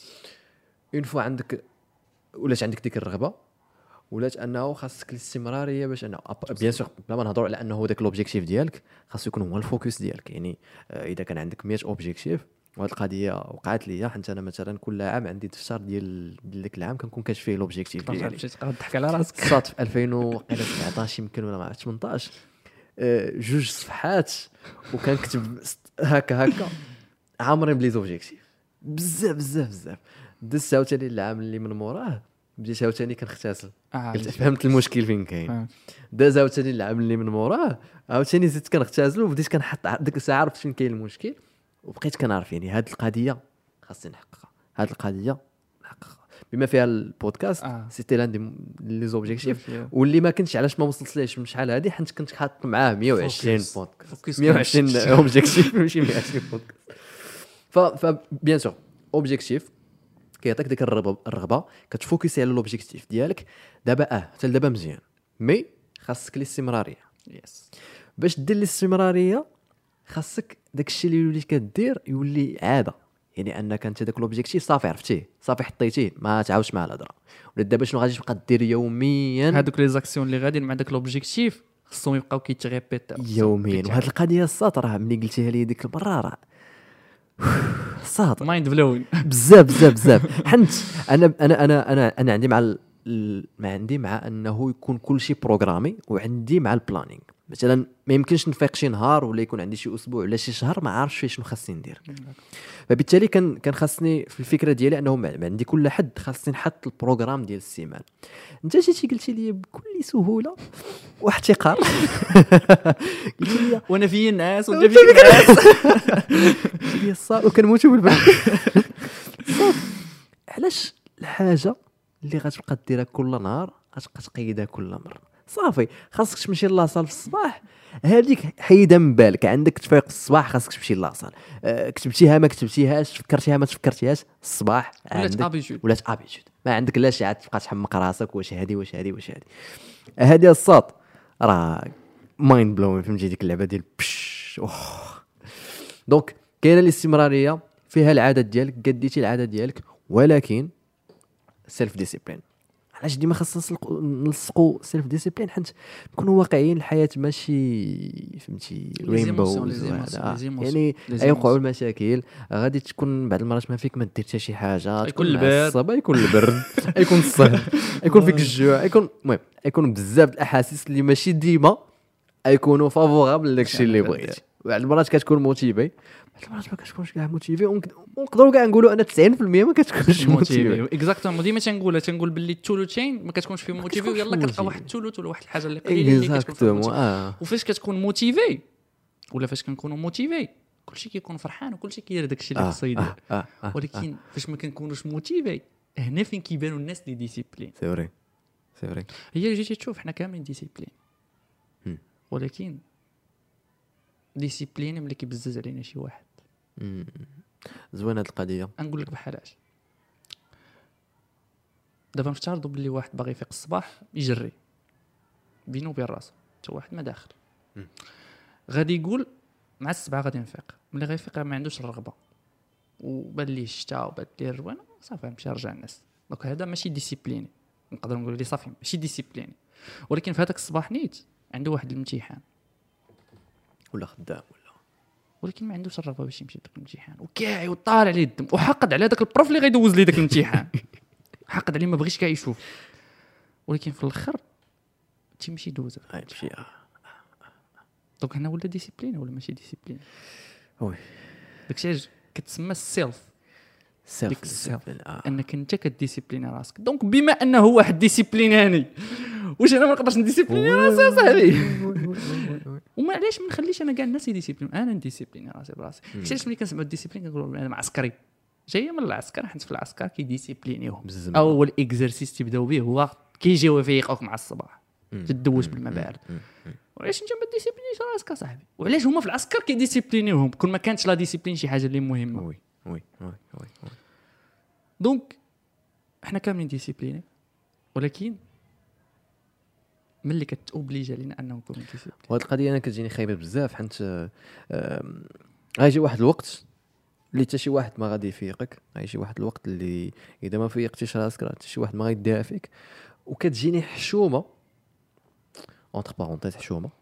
اون فوا عندك ولات عندك ديك الرغبه ولات انه خاصك الاستمراريه باش انه بيان سور بلا ما نهضروا على انه داك لوبجيكتيف ديالك خاصو يكون هو الفوكس ديالك. يعني آه، اذا كان عندك مية اوبجيكتيف، وهاد القضيه وقعت لي حيت انا مثلا كل عام عندي دفتر ديال ديال داك العام كنكون كاتب فيه لوبجيكتيف ديالي. مشيت تضحك على راسك. صات في ألفين وسبعطاش يمكن ولا ما عرفت ثمنطاش آه، جوج صفحات وكنكتب هكا هكا عامرين بلي زوبجيكتيف بزاف بزاف بزاف. دزت عاوتاني العام اللي من موراه بديت عاوتاني كنختاسل، آه قلت فهمت المشكل فين كاين. فهمت. داز عاوتاني العام اللي من موراه عاوتاني زدت كنختازل وبديت كنحط ديك الساعه عرفت فين كاين المشكل وبقيت كنعرف يعني هاد القضيه خاصني نحققها، هاد القضيه نحققها بما فيها البودكاست. آه. سيتي لاند دي لي زوبجيكتيف واللي ما كنتش علاش ما وصلت ليش من شحال هادي حيت كنت حاط معاه مية وعشرين فوكس. بودكاست فوكس مية وعشرين اوبجيكتيف ماشي مية وعشرين بودكاست. ف ف بيان سور اوبجيكتيف كيعطيك ديك الرغبه الرغبه كتفوكسي على لوبجيكتيف ديالك. دابا اه حتى دابا مزيان، مي خاصك الاستمراريه. يس باش دير الاستمراريه خاصك داك الشيء اللي وليت كدير يولي عاده. يعني انك انت داك لوبجيكتيف صافي عرفتيه صافي حطيتيه ما تعاودش مع الهضره. ولا دابا شنو غادي تبقى دير يوميا هادوك لي زاكسيون اللي غاديين مع داك لوبجيكتيف خصهم يبقاو كيتريبيتاو يوميا. وهاد القضيه الصات راه ملي قلتيها لي ديك المره راه صات مايند بلوين. بزاف بزاف بزاف. حنت انا انا انا انا انا عندي مع ال... ما عندي مع انه يكون كل شيء بروغرامي، وعندي مع البلانينغ. مثلا ما يمكنش نفيق شي نهار ولا يكون عندي شي اسبوع ولا شي شهر ما عارفش فيه شنو خاصني ندير. فبالتالي كان كان خاصني في الفكره ديالي انه ما عندي كل حد خاصني نحط البروغرام ديال السيمانه. انت جيتي قلتي لي بكل سهوله واحتقار قلت لي وانا في الناس وانت فيك الناس. قلت لي الصاد وكنموتوا بالبرد. علاش الحاجه اللي غتبقى ديرها كل نهار غتبقى تقيدها كل مره؟ صافي خاصك تمشي لاصال في الصباح، هذيك حيدها من بالك. عندك تفيق الصباح خاصك تمشي لاصال، أه كتبتيها ما كتبتيهاش، فكرتيها ما تفكرتيهاش، الصباح ولات ابيتود ولات ابيتود. ما عندك لا شي عاد تبقى تحمق راسك واش هادي واش هادي واش هادي. هادي الصاط راه مايند بلوين فهمتي ديك اللعبه ديال بش. دونك كاينه الاستمراريه فيها العادات ديالك قديتي العاده ديالك، ولكن سيلف ديسيبلين. علاش ديما خاصنا نلصقوا سيلف ديسيبلين؟ حيت نكونوا واقعيين، الحياه ماشي فهمتي رينبوز يعني يوقعوا المشاكل. غادي تكون بعض المرات ما فيك ما دير حتى شي حاجه، يكون البرد يكون البرد يكون الصهد يكون فيك الجوع، يكون المهم يكون بزاف الاحاسيس اللي ماشي ديما يكونوا فافورابل لداكشي اللي بغيتي. بعض المرات كتكون موتيفي، بعض المرات ما كتكونش كاع موتيفي، ونقدروا كاع نقولوا ان تسعين بالمية ما كتكونش موتيفي. اكزاكتومون ديما تنقولها تنقول باللي الثلثين ما كتكونش فيه موتيفي، ويلا كتلقى واحد الثلث ولا واحد الحاجه اللي قليله اللي كتكون فيه موتيفي. آه. وفاش كتكون موتيفي ولا فاش كنكونوا موتيفي كلشي كيكون فرحان وكلشي كيدير داكشي اللي خصو يدير. آه. آه. آه. ولكن فاش ما كنكونوش موتيفي هنا فين كيبانوا الناس اللي ديسيبلين. سي فري سي فري هي جيتي تشوف حنا كاملين ديسيبلين، ولكن ديسيبلين ملي كيبزز علينا شي واحد. زوينه هاد القضيه. نقول لك بحالاش دابا نفترضوا باللي واحد باغي يفيق الصباح يجري بينه وبين راسو، حتى واحد ما داخل غادي يقول مع السبعه غادي نفيق. ملي غيفيق ما عندوش الرغبه وبان ليه الشتاء وبان ليه الروانه، صافي نمشي نرجع الناس. دونك هذا ماشي ديسيبليني، نقدر نقول لي صافي ماشي ديسيبليني. ولكن في هذاك الصباح نيت عنده واحد الامتحان ولا خدام ولا، ولكن ما عندوش الرغبه باش يمشي لذاك الامتحان، وكاعي وطالع عليه الدم وحقد على داك البروف اللي غيدوز ليه داك الامتحان. حقد عليه ما بغيش كاع يشوف، ولكن في الاخر تيمشي دوز تمشي. دونك هنا ولا ديسيبلين ولا ماشي ديسيبلين وي داكشي علاش كتسمى السيلف سيلف ديك السيلف آه. انك انت كديسيبليني راسك. دونك بما انه واحد ديسيبليناني واش انا ما نقدرش نديسيبليني راسي اصاحبي؟ وما علاش ما نخليش انا كاع الناس يديسيبلين انا نديسيبليني راسي براسي؟ علاش ملي كنسمعوا الديسيبلين كنقولوا انا عسكري جايه من العسكر، حيت في العسكر كيديسيبلينيوهم. اول اكزرسيس تبداو به هو كيجيو يفيقوك مع الصباح تدوش بالماء بارد. وعلاش انت ما ديسيبلينيش راسك اصاحبي؟ وعلاش هما في العسكر كيديسيبلينيوهم كون ما كانتش لا ديسيبلين شي حاجه اللي مهمه؟ وي وي وي وي دونك احنا كاملين ديسيبليني، ولكن ملي كتوبليجي علينا انه نكون ديسيبلين. وهاد القضيه انا كتجيني خايبه بزاف، حيت غيجي واحد الوقت اللي حتى شي واحد ما غادي يفيقك، غيجي واحد الوقت اللي اذا ما فيقتيش راسك راه حتى شي واحد ما غيديها فيك، وكتجيني حشومه اونتر بارونتيز حشومه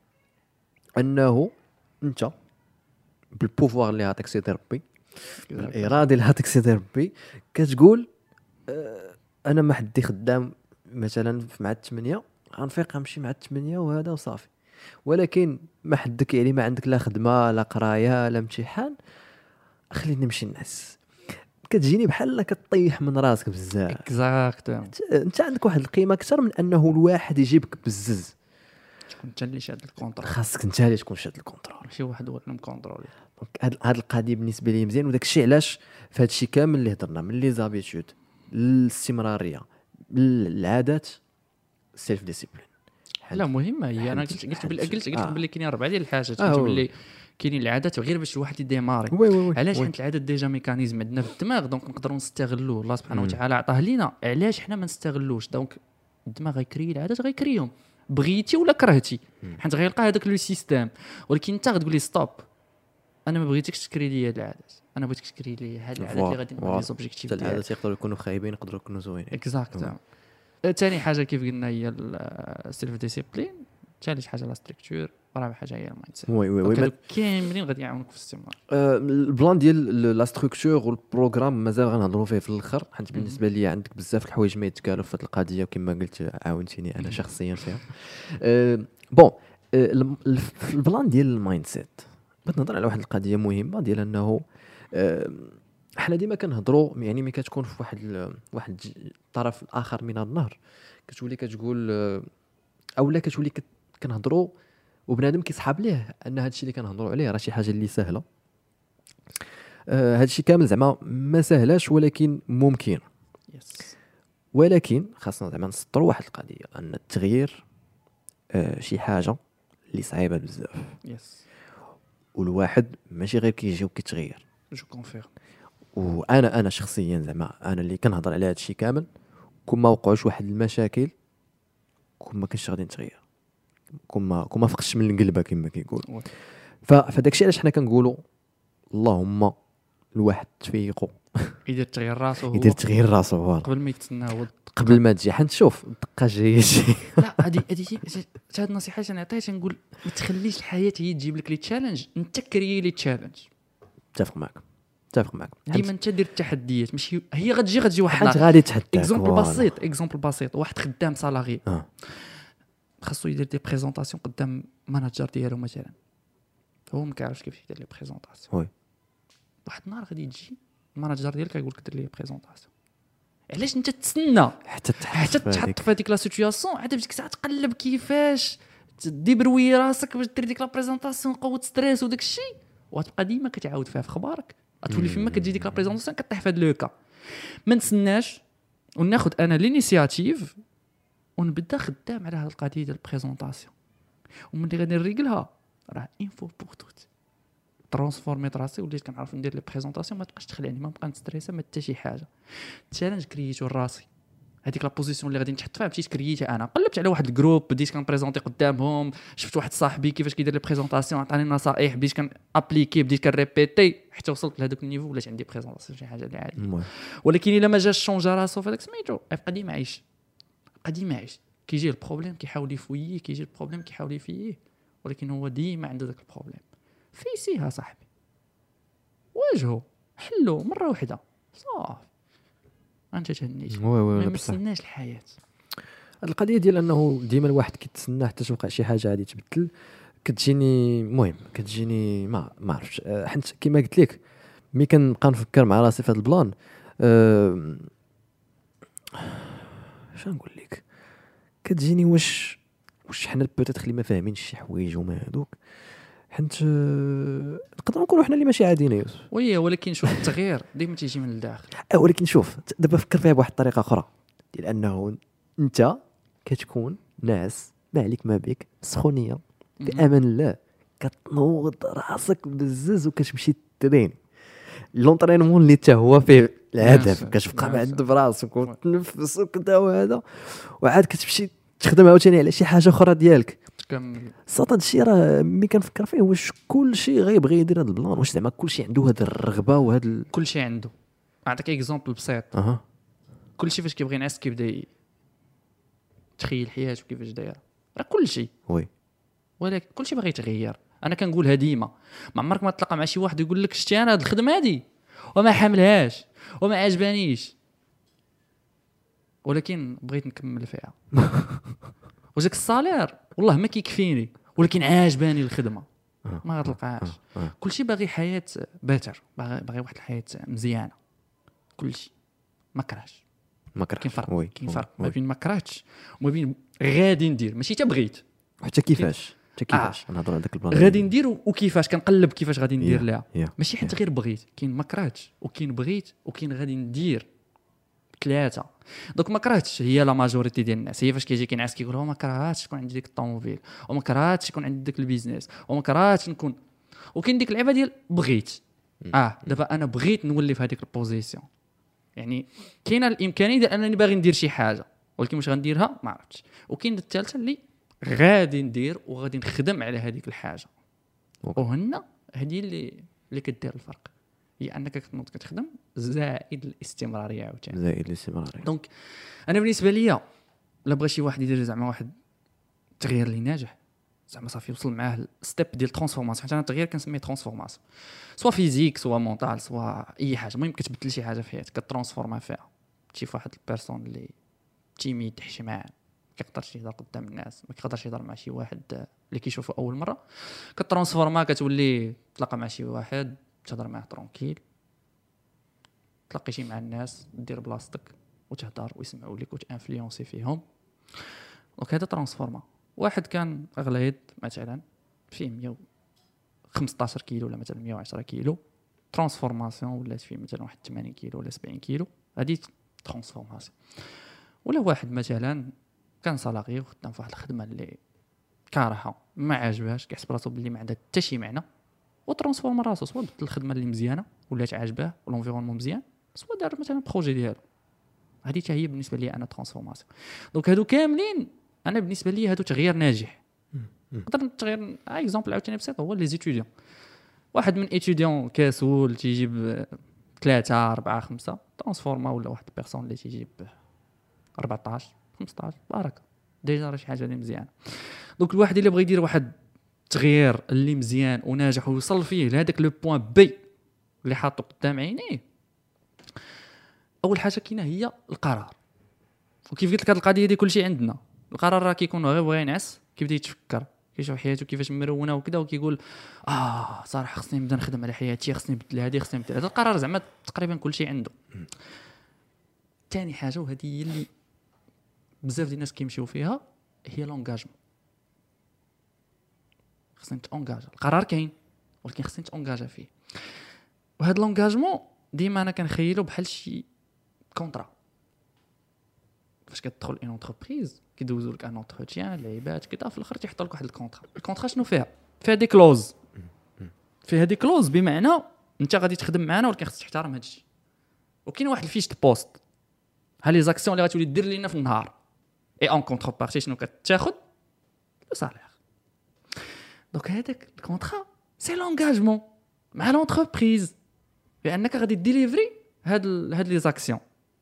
انه انت بالبوفوار اللي عطاك سيدي ربي، الاراده اللي عطاك سيدي ربي، كتقول أه انا ما حدي خدام مثلا مع الثمانية غنفيق غنمشي مع الثمانية وهذا وصافي. ولكن ما حدك يعني ما عندك لا خدمه لا قرايه لا امتحان، خليني نمشي نعس. كتجيني بحال كطيح من راسك بزاف. اكزاكتومون. انت عندك واحد القيمه اكثر من انه الواحد يجيبك بزز. تكون انت اللي شاد الكونترول، خاصك انت اللي تكون شاد الكونترول، ماشي واحد هو اللي مكونترولي. دونك هاد القضيه بالنسبه لي مزيان، وداك الشيء علاش في هاد الشيء كامل اللي هضرنا من لي زابيتود الاستمراريه العادات سيلف ديسيبلين. لا مهمه هي. انا قلت قلت باللي قلت قلت آه. باللي كاينين اربعه ديال الحاجات. آه قلت باللي كاينين العادات غير باش الواحد يديماري. وي وي وي. علاش؟ وي. حيت العادات ديجا ميكانيزم عندنا في الدماغ، دونك نقدروا نستغلوه. الله سبحانه وتعالى عطاه لينا، علاش حنا ما نستغلوش؟ دونك الدماغ غيكري العادات، غيكريهم بغيتي ولا كرهتي، حيت غيلقى هذاك لو سيستيم. ولكن انت غتقول لي ستوب، انا ما بغيتكش تكري لي هاد العادات، انا بغيتك تكري لي هاد العادات اللي غادي نبغي لي زوبجيكتيف ديالي. العادات يقدروا يكونوا خايبين يقدروا يكونوا زوينين. اكزاكتومون. ثاني حاجه كيف قلنا هي السيلف ديسيبلين، ثالث حاجه لا ستركتور، رابع حاجه هي المايند سيت. وي وي وي. كاملين غادي يعاونوك في الاستمرار. أه البلان ديال لا ستركتور والبروغرام مازال غنهضروا فيه في الاخر، حيت بالنسبه لي عندك بزاف الحوايج ما يتقالوا في هذه القضيه، وكما قلت عاونتيني انا شخصيا فيها. أه بون أه البلان ديال المايند سيت بغيت نهضر على واحد القضيه مهمه ديال انه أه حنا ديما كنهضروا يعني ملي كتكون في واحد واحد الطرف الاخر من النهر كتولي كتقول اولا كتولي كنهضروا وبنادم كيسحاب ليه ان هذا الشيء اللي كنهضروا عليه راه شي حاجه اللي سهله. آه هذا الشيء كامل زعما ما سهلاش ولكن ممكن. يس. ولكن خاصنا زعما نسطروا واحد القضيه ان التغيير آه شي حاجه اللي صعيبه بزاف. يس. والواحد ماشي غير كيجي وكيتغير. جو كونفيرم. وانا انا شخصيا زعما انا اللي كنهضر على هذا الشيء كامل كون ما وقعوش واحد المشاكل كون ما كنتش غادي نتغير، كون ما كون ما فقتش من القلبه كما كيقول. فداك الشيء علاش حنا كنقولوا اللهم الواحد تفيقوا يدير تغيير راسو، يدير تغيير راسو هو قبل ما يتسنى هو قبل ما تجي. حنت شوف الدقه جايه شي لا هذه هذه هذه النصيحه اللي نعطيها نقول ما تخليش الحياه هي تجيب لك لي تشالنج، انت كريي لي تشالنج. اتفق معك اتفق معك. ديما انت دير التحديات، ماشي هي غتجي غتجي واحد حنت غادي تحداك. اكزومبل بسيط اكزومبل بسيط واحد خدام سالاري اه خاصو يدير دي بريزونطاسيون قدام ماناجر ديالو مثلا، هو ما كيعرفش كيفاش يدير لي بريزونطاسيون. وي واحد النهار غادي تجي الماناجر ديالك كيقول لك دير لي بريزونطاسيون. علاش انت تسنى حتى حتى تحط في هذيك لا سيتوياسيون عاد ديك الساعه تقلب كيفاش تديبروي راسك باش دير ديك لا بريزونطاسيون قوه ستريس وداك الشيء، وتبقى ديما كتعاود فيها في اخبارك، غتولي فيما كتجي ديك لا بريزونطاسيون كطيح في هذا لو كا. ما نتسناش وناخذ انا لينيسياتيف ونبدا خدام على هذه القضيه ديال البريزونطاسيون، وملي غادي نريقلها راه انفو بوغ توت ترانسفورميت راسي وليت كنعرف ندير لي بريزونطاسيون ما تبقاش تخلعني ما نبقى نستريسا ما حتى شي حاجه. تشالنج كرييتو راسي هذيك لا بوزيسيون اللي غادي نتحط فيها مشيت كرييتها انا، قلبت على واحد الجروب بديت كنبريزونطي قدامهم، شفت واحد صاحبي كيفاش كيدير لي بريزونطاسيون عطاني نصائح بديت كن ابليكي بديت كنريبيتي حتى وصلت لهذاك النيفو ولات عندي بريزونطاسيون شي حاجه اللي عادي. ولكن الا ما جاش شونجا راسو فداك سميتو يبقى ديما عايش يبقى ديما عايش كيجي البروبليم كيحاول يفويه كيجي البروبليم كيحاول يفيه، ولكن هو ديما عنده داك البروبليم. فيسيها صاحبي واجهو حلو مره واحده صافي انت تهنيت. ما نستناش الحياه. القضيه ديال انه ديما الواحد كيتسنى حتى توقع شي حاجه غادي تبدل كتجيني المهم كتجيني ما ما عرفتش أه، حيت كما قلت لك ملي كنبقى نفكر مع راسي في هذا البلان أه اش نقول لك كتجيني واش واش حنا بوتيتر اللي ما فاهمينش شي حوايج وما هذوك حيت أه، نقدروا نقولوا حنا اللي ماشي عاديين يا يوسف. وي ولكن شوف التغيير ديما تيجي من الداخل. اه ولكن شوف دابا فكر فيها بواحد الطريقه اخرى ديال انه انت كتكون ناعس ما عليك ما بك سخونيه في امان الله كتنوض راسك بزز وكتمشي ترين لونطرينمون اللي حتى هو فيه الهدف كتبقى معد براسك وتنفس وكذا وهذا وعاد كتمشي تخدم عاوتاني على شي حاجه اخرى ديالك تكمل. صات هذا الشيء راه ملي كنفكر فيه واش كل شيء غيبغي يدير هذا البلان واش زعما كل شيء عنده هذه الرغبه وهذا ال... كل شيء عنده. اعطيك اكزومبل بسيط. اها كل شيء فاش كيبغي ينعس كيبدا تخيل حياته كيفاش دايره راه كل شيء وي ولكن كل شيء باغي يتغير. انا كنقولها ديما ما عمرك ما تلقى مع شي واحد يقول لك شتي انا هاد الخدمه هادي وما حاملهاش وما عجبانيش ولكن بغيت نكمل فيها وجاك الصالير والله ما كيكفيني ولكن عاجباني الخدمه ما غتلقاهاش. كل شيء باغي حياه باتر باغي باغي واحد الحياه مزيانه كل شيء ما كرهش ما كرهش كاين فرق كاين فرق ما بين ما كرهتش وما بين غادي ندير ماشي تا بغيت حتى كيفاش حتى كيفاش آه. نهضر على داك البلان غادي ندير وكيفاش كنقلب كيفاش غادي ندير yeah. لها yeah. ماشي حتى yeah. غير بغيت كاين ما كرهتش وكاين بغيت وكاين غادي ندير ثلاثه. دوك ما كرهتش هي لا ماجوريتي ديال الناس هي فاش كيجي كينعس كيقول هو ما كرهاتش تكون عندي ديك الطوموبيل وما كرهاتش يكون عندي ديك البيزنس وما كرهاتش نكون وكاين ديك اللعبه ديال بغيت اه دابا انا بغيت نولي في هذيك البوزيسيون يعني كاينه الامكانيه ديال انني باغي ندير شي حاجه ولكن واش غنديرها ما عرفتش. وكاين الثالثه اللي غادي ندير وغادي نخدم على هذيك الحاجه وهنا هذه اللي اللي كدير الفرق هي انك كتنوض كتخدم زائد الاستمراريه عاوتاني زائد الاستمراريه. دونك انا بالنسبه ليا لا بغى شي واحد يدير زعما واحد التغيير اللي ناجح زعما صافي وصل معاه ستيب ديال ترانسفورماسيون حتى انا التغيير كنسميه ترانسفورماسيون سوا فيزيك سوا مونطال سوا اي حاجه المهم كتبدل شي حاجه في حياتك كترانسفورما فيها شي واحد البيرسون اللي تيميد حشماع ما كيقدرش يهضر قدام الناس ما كيقدرش يهضر مع شي واحد اللي كيشوفه اول مره كترانسفورما كتولي تلاقى مع شي واحد تهضر معاه ترونكيل تلاقي شي مع الناس دير بلاصتك وتهضر ويسمعوا لك وتانفلونسي فيهم دونك هذا ترانسفورما. واحد كان اغليظ مثلا فيه مية وخمسطاش كيلو ولا مثلا مية وعشرة كيلو ترانسفورماسيون ولات فيه مثلا واحد ثمانين كيلو ولا سبعين كيلو هذه ترانسفورماسيون. ولا واحد مثلا كان صلاغي وخدام في واحد الخدمه اللي كارهها ما عاجبهاش كيحس براسو باللي ما عندها حتى شي معنى وترانسفورم راسو سواء بدل الخدمه اللي مزيانه ولات عاجباه والانفيرونمون مزيان سواء دار مثلا بروجي ديالو هذه حتى هي بالنسبه لي انا ترانسفورماسيون. دونك هادو كاملين انا بالنسبه لي هادو تغيير ناجح. نقدر التغيير اكزومبل عاوتاني بسيط هو لي زيتوديون واحد من ايتوديون كسول تيجيب ثلاثة أربعة خمسة ترانسفورما ولا واحد البيرسون اللي تيجيب أربعطاش خمسطاش بركه ديجا راه شي حاجه اللي مزيانه. دونك الواحد اللي بغى يدير واحد التغيير اللي مزيان وناجح ويوصل فيه لهذاك لو بوين بي اللي حاطه قدام عينيه اول حاجه كاينه هي القرار. وكيف قلت لك هذه القضيه دي كلشي عندنا القرار راه كيكون غير بغى ينعس كيبدا يتفكر كيشوف حياته كيفاش مرونه وكذا وكيقول اه صراحه خصني نبدا نخدم على حياتي خصني نبدل هذه خصني نبدل هذا القرار زعما تقريبا كلشي عنده. ثاني حاجه وهذه هي اللي بزاف ديال الناس كيمشيو فيها هي لونغاجمون. خصني نتونغاجا القرار كاين ولكن خصني نتونغاجا فيه. وهذا لونغاجمون ديما انا كنخيلو بحال شي كونطرا فاش كتدخل اون انتربريز كيدوزوا لك ان اونتروتيان لعيبات كذا في الاخر تيحطوا لك واحد الكونطرا. الكونطرا شنو فيها؟ فيها دي كلوز فيها دي كلوز بمعنى انت غادي تخدم معنا ولكن خصك تحترم هذا الشيء. وكاين واحد الفيش بوست ها لي زاكسيون اللي غتولي دير لينا في النهار اي اون كونتر بارتي شنو كتاخذ لو سالير. دونك هذاك الكونطرا سي لونغاجمون مع لونتربريز بانك غادي ديليفري هاد هاد لي زاكسيون.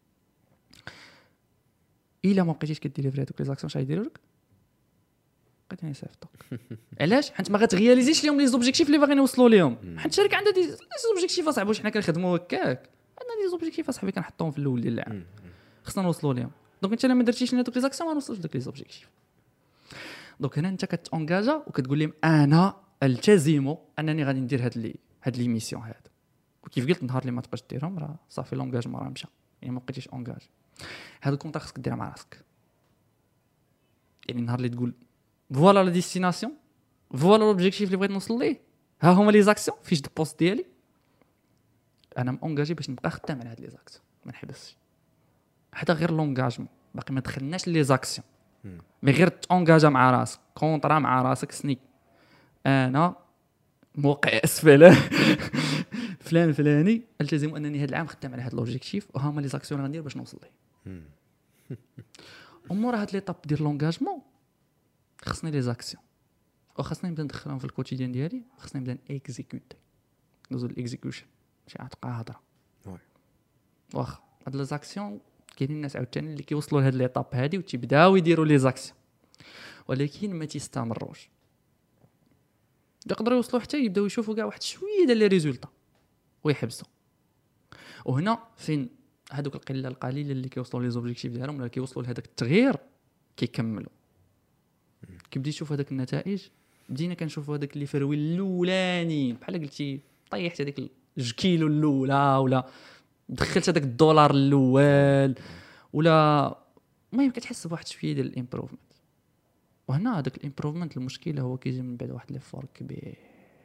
الا ما بقيتيش كديليفري هذوك لي زاكسيون شنو غيديروا لك؟ غادي يصيفطوك. علاش؟ حيت ما غتغياليزيش لهم لي زوبجيكتيف اللي باغيين يوصلوا لهم. حيت الشركه عندها دي زوبجيكتيف اصاحبي واش حنا كنخدموا هكاك عندنا دي زوبجيكتيف اصاحبي كنحطوهم في الاول ديال العام خصنا نوصلوا لهم. دونك انت الا ما درتيش لنا دوك لي زاكسيون ما نوصلوش دوك لي زوبجيكتيف. دونك هنا انت كتونجاجا وكتقول لهم انا التزم انني غادي ندير هاد لي هاد لي ميسيون هذا، وكيف قلت النهار اللي ما تبقاش ديرهم راه صافي لونجاجمون راه مشى، يعني ما بقيتيش اونجاج. هاد الكونطرا خصك ديرها مع راسك، يعني النهار اللي تقول فوالا لا ديستيناسيون، فوالا لوبجيكتيف اللي بغيت نوصل ليه، ها هما لي زاكسيون فيش دو بوست ديالي، انا مونجاجي باش نبقى خدام على هاد لي زاكسيون ما نحبسش حتى غير لونجاجمون، باقي ما دخلناش لي زاكسيون، مي غير تونجاجا مع راسك، كونطرا مع راسك سنيك انا موقع اسفل فلان فلاني التزم انني هذا العام خدام على هذا لوبجيكتيف وها هما لي زاكسيون غندير باش نوصل ليه. امور هاد ليطاب ديال لونجاجمون خصني لي زاكسيون وخصني نبدا ندخلهم في الكوتيديان ديالي، خصني نبدا اكزيكوتي نوصل الاكزيكيوشن ماشي عتقا هضره. واخا هاد لي زاكسيون كاينين الناس عاوتاني اللي كيوصلوا لهاد ليطاب هادي وتيبداو يديروا لي زاكسيون ولكن ما تيستمروش، يقدروا يوصلوا حتى يبداو يشوفوا كاع واحد شويه ديال لي ريزولطا ويحبسوا. وهنا فين هذوك القله القليله اللي كيوصلوا لي زوبجيكتيف ديالهم ولا كيوصلوا لهذاك التغيير كيكملوا، كيبدا يشوف هذاك النتائج، بدينا كنشوفوا هذاك اللي فروي الاولاني بحال قلتي طيحت هذيك جوج كيلو الاولى ولا دخلت هذاك الدولار الاول ولا المهم كتحس بواحد شويه ديال الامبروفمنت. وهنا هذاك الامبروفمنت المشكله هو كيجي من بعد واحد لي فور كبير،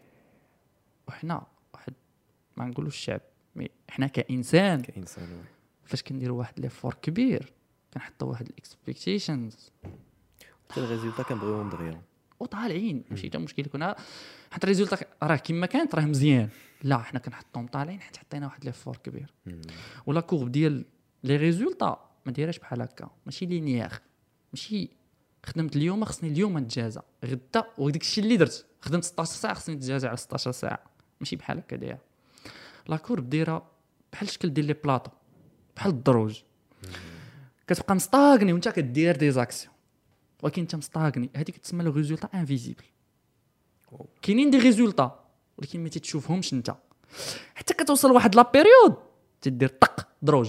وحنا واحد ما نقولوش الشعب مي حنا كانسان كانسان فاش كنديروا واحد لي فور كبير كنحطوا واحد الاكسبكتيشنز حتى الريزولتا كنبغيوهم دغيا وطالعين ماشي حتى مشكل كنا حتى الريزولتا راه كما كانت راه مزيان، لا حنا كنحطهم طالعين حيت حطينا واحد لي فور كبير ولا كورب ديال لي ريزولتا ما دايراش بحال هكا، ماشي لينيير، ماشي خدمت اليوم خصني اليوم نتجازى غدا وداك الشيء اللي درت خدمت ستة عشر ساعه خصني نتجازى على ستة عشر ساعه، ماشي بحال هكا دايره. لا كورب دايره بحال الشكل ديال لي بلاطو بحال الدروج، كتبقى مستاغني وانت كدير دي زاكسيون ولكن انت مستاغني، هذيك تسمى لو ريزولطا انفيزيبل. كاينين دي ريزولطا ولكن ما تتشوفهمش انت حتى كتوصل لواحد لا بيريود تدير طق دروج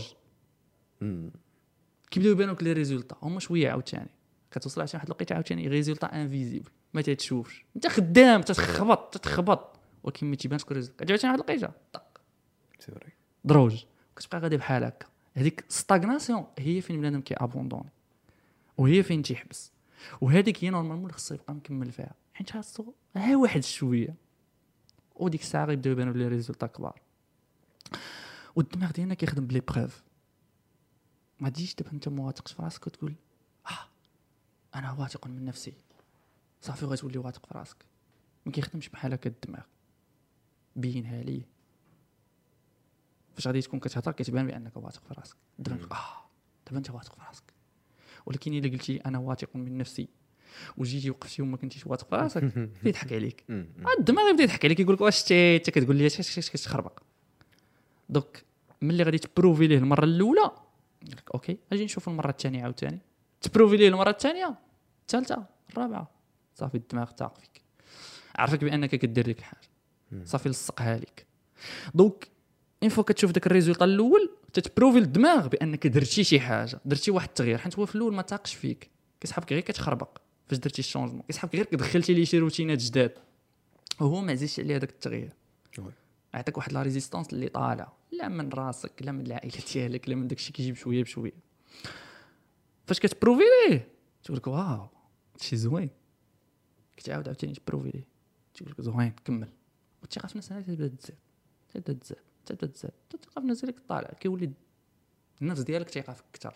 كيبداو يبانوك لي ريزولطا هما شويه عاوتاني كتوصل عشان واحد الوقيته عاوتاني ريزولطا انفيزيبل ما تتشوفش، انت خدام تتخبط تتخبط ولكن ما تيبانش الريزولطا، كتجي واحد الوقيته طق سوري دروج كتبقى غادي بحال هكا. هذيك ستاغناسيون هي فين بنادم كي ابوندوني وهي فين تيحبس، وهذيك هي نورمالمون خصو يبقى مكمل فيها حيت خاصو ها واحد شويه وديك الساعه غيبداو يبانوا لي ريزولطا كبار. والدماغ ديالنا كيخدم بلي بروف، ما تجيش دابا انت مواثقش في راسك وتقول اه انا واثق من نفسي صافي غتولي واثق في راسك، ما كيخدمش بحال هكا الدماغ. بينها لي فاش غادي تكون كتهضر كتبان بانك واثق في راسك، دابا اه دابا انت واثق في راسك. ولكن الا قلتي انا واثق من نفسي وجيتي وقفتي وما كنتيش واثق في راسك يضحك عليك، الدماغ يبدا يضحك عليك يقول لك واش شتي انت كتقول لي اش كتخربق. دوك ملي غادي تبروفي ليه المره الاولى يقول لك اوكي اجي نشوف المره الثانيه عاوتاني، تبروفي ليه المره الثانيه الثالثه الرابعه صافي الدماغ تاق فيك عرفك بانك كدير ديك الحاجه صافي لصقها لك. دونك ان فوا كتشوف داك الريزولطا الاول تتبروفي للدماغ بانك درتي شي حاجه، درتي واحد التغيير، حيت هو في الاول ما تاقش فيك كيسحبك غير كتخربق فاش درتي الشونجمون، كيسحبك غير كدخلتي ليه شي روتينات جداد وهو ما زيدش عليه هذاك التغيير، عطاك واحد لا ريزيستانس اللي طالع لا من راسك لا من العائله ديالك لا من داكشي كيجي بشويه بشويه. فاش كتبروفي ليه تقول لك واو شي زوين، كتعاود عاوتاني تبروفي ليه تقول لك زوين كمل، والثقه في نفسك تبدا تزيد تبدا تزيد تبدا تزيد الثقه في نفسك طالع كيولي النفس ديالك تيقع فيك اكثر.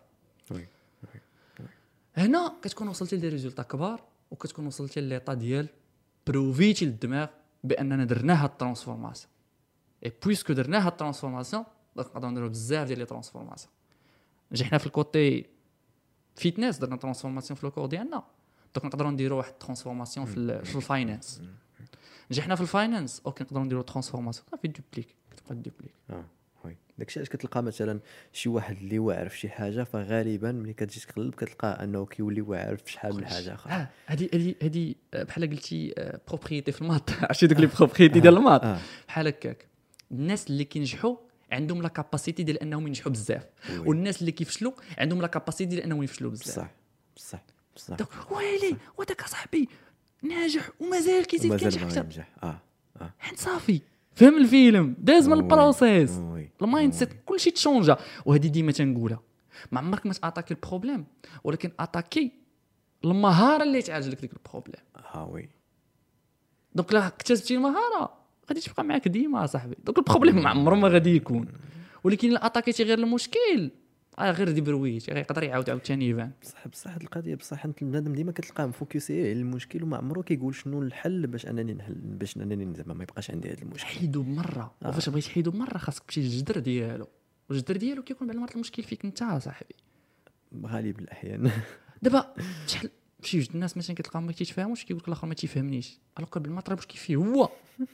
هنا كتكون وصلتي لدي ريزولطا كبار وكتكون وصلتي لليطا ديال بروفيتي للدماغ باننا درنا هاد الترانسفورماسيون. اي بويسكو درنا هاد الترانسفورماسيون نقدروا نديروا بزاف ديال لي ترانسفورماسيون. نجحنا في الكوتي فيتنس درنا ترانسفورماسيون في الكور ديالنا، دونك نقدروا نديروا واحد الترانسفورماسيون في في الفاينانس. نجحنا في الفاينانس اوكي نقدروا نديروا ترانسفورماسيون صافي دوبليك كتبقى دوبليك. اه وي داكشي علاش كتلقى مثلا شي واحد اللي واعر في شي حاجه فغالبا ملي كتجي تقلب كتلقى انه كيولي واعر في شحال من حاجه اخرى. هذه هذه هذه بحال قلتي بروبريتي في الماط عرفتي دوك لي بروبريتي ديال الماط بحال هكاك. الناس اللي كينجحوا عندهم لا كاباسيتي ديال انهم ينجحوا بزاف، والناس اللي كيفشلوا عندهم لا كاباسيتي ديال انهم يفشلوا بزاف. صح صح بصح داك ويلي وداك صاحبي ناجح ومازال كيزيد ومازال كينجح باغي اكثر، ينجح. اه اه حيت صافي فهم الفيلم داز من وي، البروسيس، وي، المايند سيت وي. كلشي تشونجا. وهذه ديما تنقولها، ما عمرك ما تاتاكي البروبليم، ولكن اتاكي المهاره اللي تعالج لك ديك البروبليم. اه وي دونك لا اكتسبتي المهاره غادي تبقى معاك ديما صاحبي. دونك البروبليم ما عمره ما غادي يكون، ولكن الا اتاكيتي غير المشكل اه غير ديبرويتي غيقدر يعاود عاوتاني يبان. بصح بصح هاد القضيه بصح انت البنادم ديما كتلقاه مفوكسي على المشكل وما عمرو كيقول شنو الحل باش انني نحل، باش انني زعما ما يبقاش عندي هذا المشكل. حيدو بمره آه. وفاش بغيتي تحيدو بمره خاصك تمشي للجذر ديالو، والجذر ديالو كيكون بعد المرات المشكل فيك انت صاحبي غالب الاحيان. دابا شحال شي جوج الناس مثلا كتلقاهم ما كيتفاهموش كيقول لك الاخر ما تيفهمنيش، الوغ بالمطرب المشكل فيه هو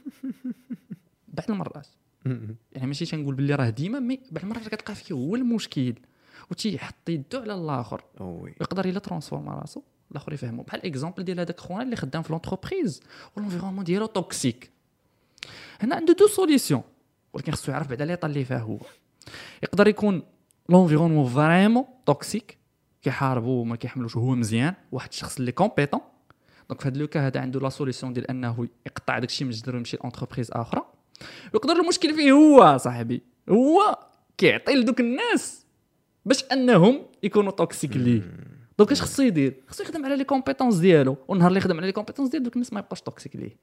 بعض المرات. يعني ماشي تنقول باللي راه ديما، مي بعض المرات كتلقى فيه هو المشكل وتيحط يدو على الاخر وي يقدر الا ترانسفورم راسو الاخر يفهمو. بحال اكزامبل ديال هذاك خونا اللي خدام في لونتربريز والانفيرونمون ديالو توكسيك، هنا عنده دو سوليسيون، ولكن خصو يعرف بعدا ليطا اللي فيه هو. يقدر يكون لونفيرونمون فريمون توكسيك كيحاربو وما كيحملوش هو مزيان، واحد الشخص اللي كومبيتون. دونك في هذا لوكا هذا عنده لا سوليسيون ديال انه يقطع داكشي من جذر ويمشي لانتربريز اخرى. يقدر المشكل فيه هو صاحبي، هو كيعطي لدوك الناس باش انهم يكونوا توكسيك ليه. دونك اش خصو يدير؟ خصو يخدم على لي كومبيتونس ديالو، والنهار اللي يخدم على لي كومبيتونس ديال دوك الناس ما يبقاش توكسيك ليه.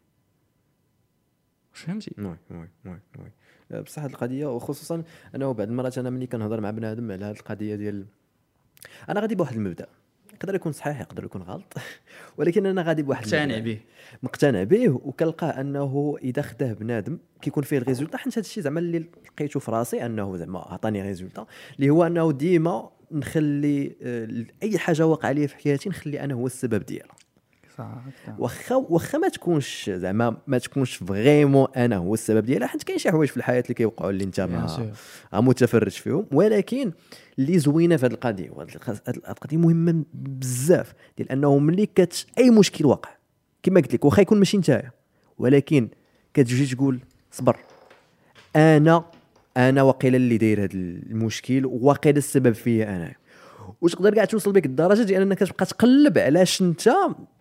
واش فهمتي؟ وي وي وي وي بصح هاد القضيه، وخصوصا انه بعض المرات انا ملي كنهضر مع بنادم على هاد القضيه ديال، انا غادي بواحد المبدا يقدر يكون صحيح يقدر يكون غلط ولكن انا غادي بواحد مقتنع به مقتنع به وكنلقاه انه اذا خداه بنادم كيكون فيه الريزولتا. حيت هذا الشيء زعما اللي لقيته في راسي انه زعما عطاني ريزولتا، اللي هو انه ديما نخلي آه، اي حاجه واقعه لي في حياتي نخلي انا هو السبب ديالها. واخا واخا ما تكونش زعما ما تكونش فريمون انا هو السبب ديالها، حيت كاين شي حوايج في الحياه اللي كيوقعوا اللي انت ما متفرج فيهم. ولكن اللي زوينه في هذه القضيه، وهذه القضيه مهمه بزاف، ديال انه ملي كت اي مشكل واقع كما قلت لك واخا يكون ماشي نتايا، ولكن كتجي تقول صبر انا انا واقيلا اللي داير هذا المشكل وواقيلا السبب فيا انا، وتقدر كاع توصل بك الدرجه ديال انك كتبقى تقلب علاش انت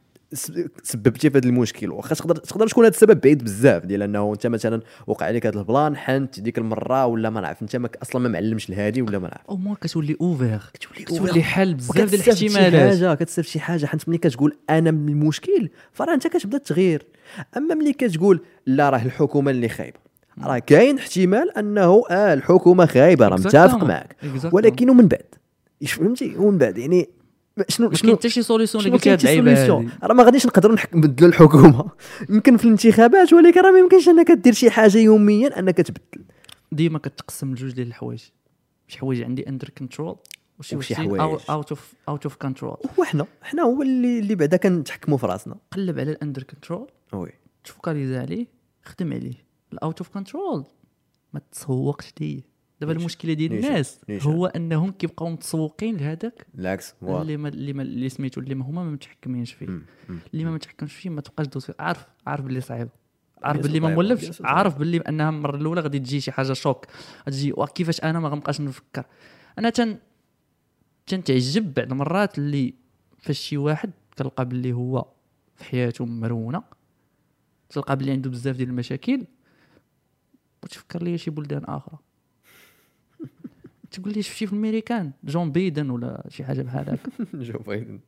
سببتي في هذا المشكل. واخا تقدر تقدر تكون هذا السبب بعيد بزاف، ديال انه انت مثلا وقع عليك هذا البلان حنت ديك المره، ولا ما نعرف انت ما اصلا ما معلمش الهادي، ولا ما نعرف او ما كتولي اوفر كتولي كتولي حل بزاف ديال الاحتمالات الاحتمالات. حاجه كتسبب شي حاجه، حيت ملي كتقول انا من المشكل فراه انت كتبدا تغير. اما ملي كتقول لا راه الحكومه اللي خايبه، راه كاين احتمال انه اه الحكومه خايبه، راه متفق معك، ولكن ومن بعد ايش فهمتي ومن بعد يعني شنو شنو حتى شي سوليسيون اللي قلتي هاد اللعيبه راه ما غاديش نقدروا نبدلوا الحكومه يمكن في الانتخابات، ولكن راه ما يمكنش انك دير شي حاجه يوميا انك تبدل. ديما كتقسم لجوج ديال الحوايج، شي حوايج عندي اندر كنترول وشي حوايج اوت اوف اوت اوف كنترول. وحنا حنا هو اللي اللي بعدا كنتحكموا في راسنا. قلب على الاندر كنترول وي تفوكاليز عليه خدم عليه. الاوت اوف كنترول ما تسوقش ليه. دابا المشكله ديال الناس هو انهم كيبقاو متسوقين لهذاك العكس اللي ما اللي ما اللي سميتو اللي ما هما ما متحكمينش فيه. اللي ما متحكمش فيه ما تبقاش دوز. عارف عارف باللي صعيب، عارف باللي ما مولفش، عارف باللي انها المره الاولى غادي تجي شي حاجه شوك، غتجي وكيفاش انا ما غنبقاش نفكر. انا تن تنتعجب بعض المرات اللي فاش شي واحد كنلقى باللي هو في حياته مرونه، تلقى باللي عنده بزاف ديال المشاكل، وتفكر لي شي بلدان اخرى تقول لي شفتي في الامريكان جون بايدن ولا شي حاجه بحال هكا جون بايدن،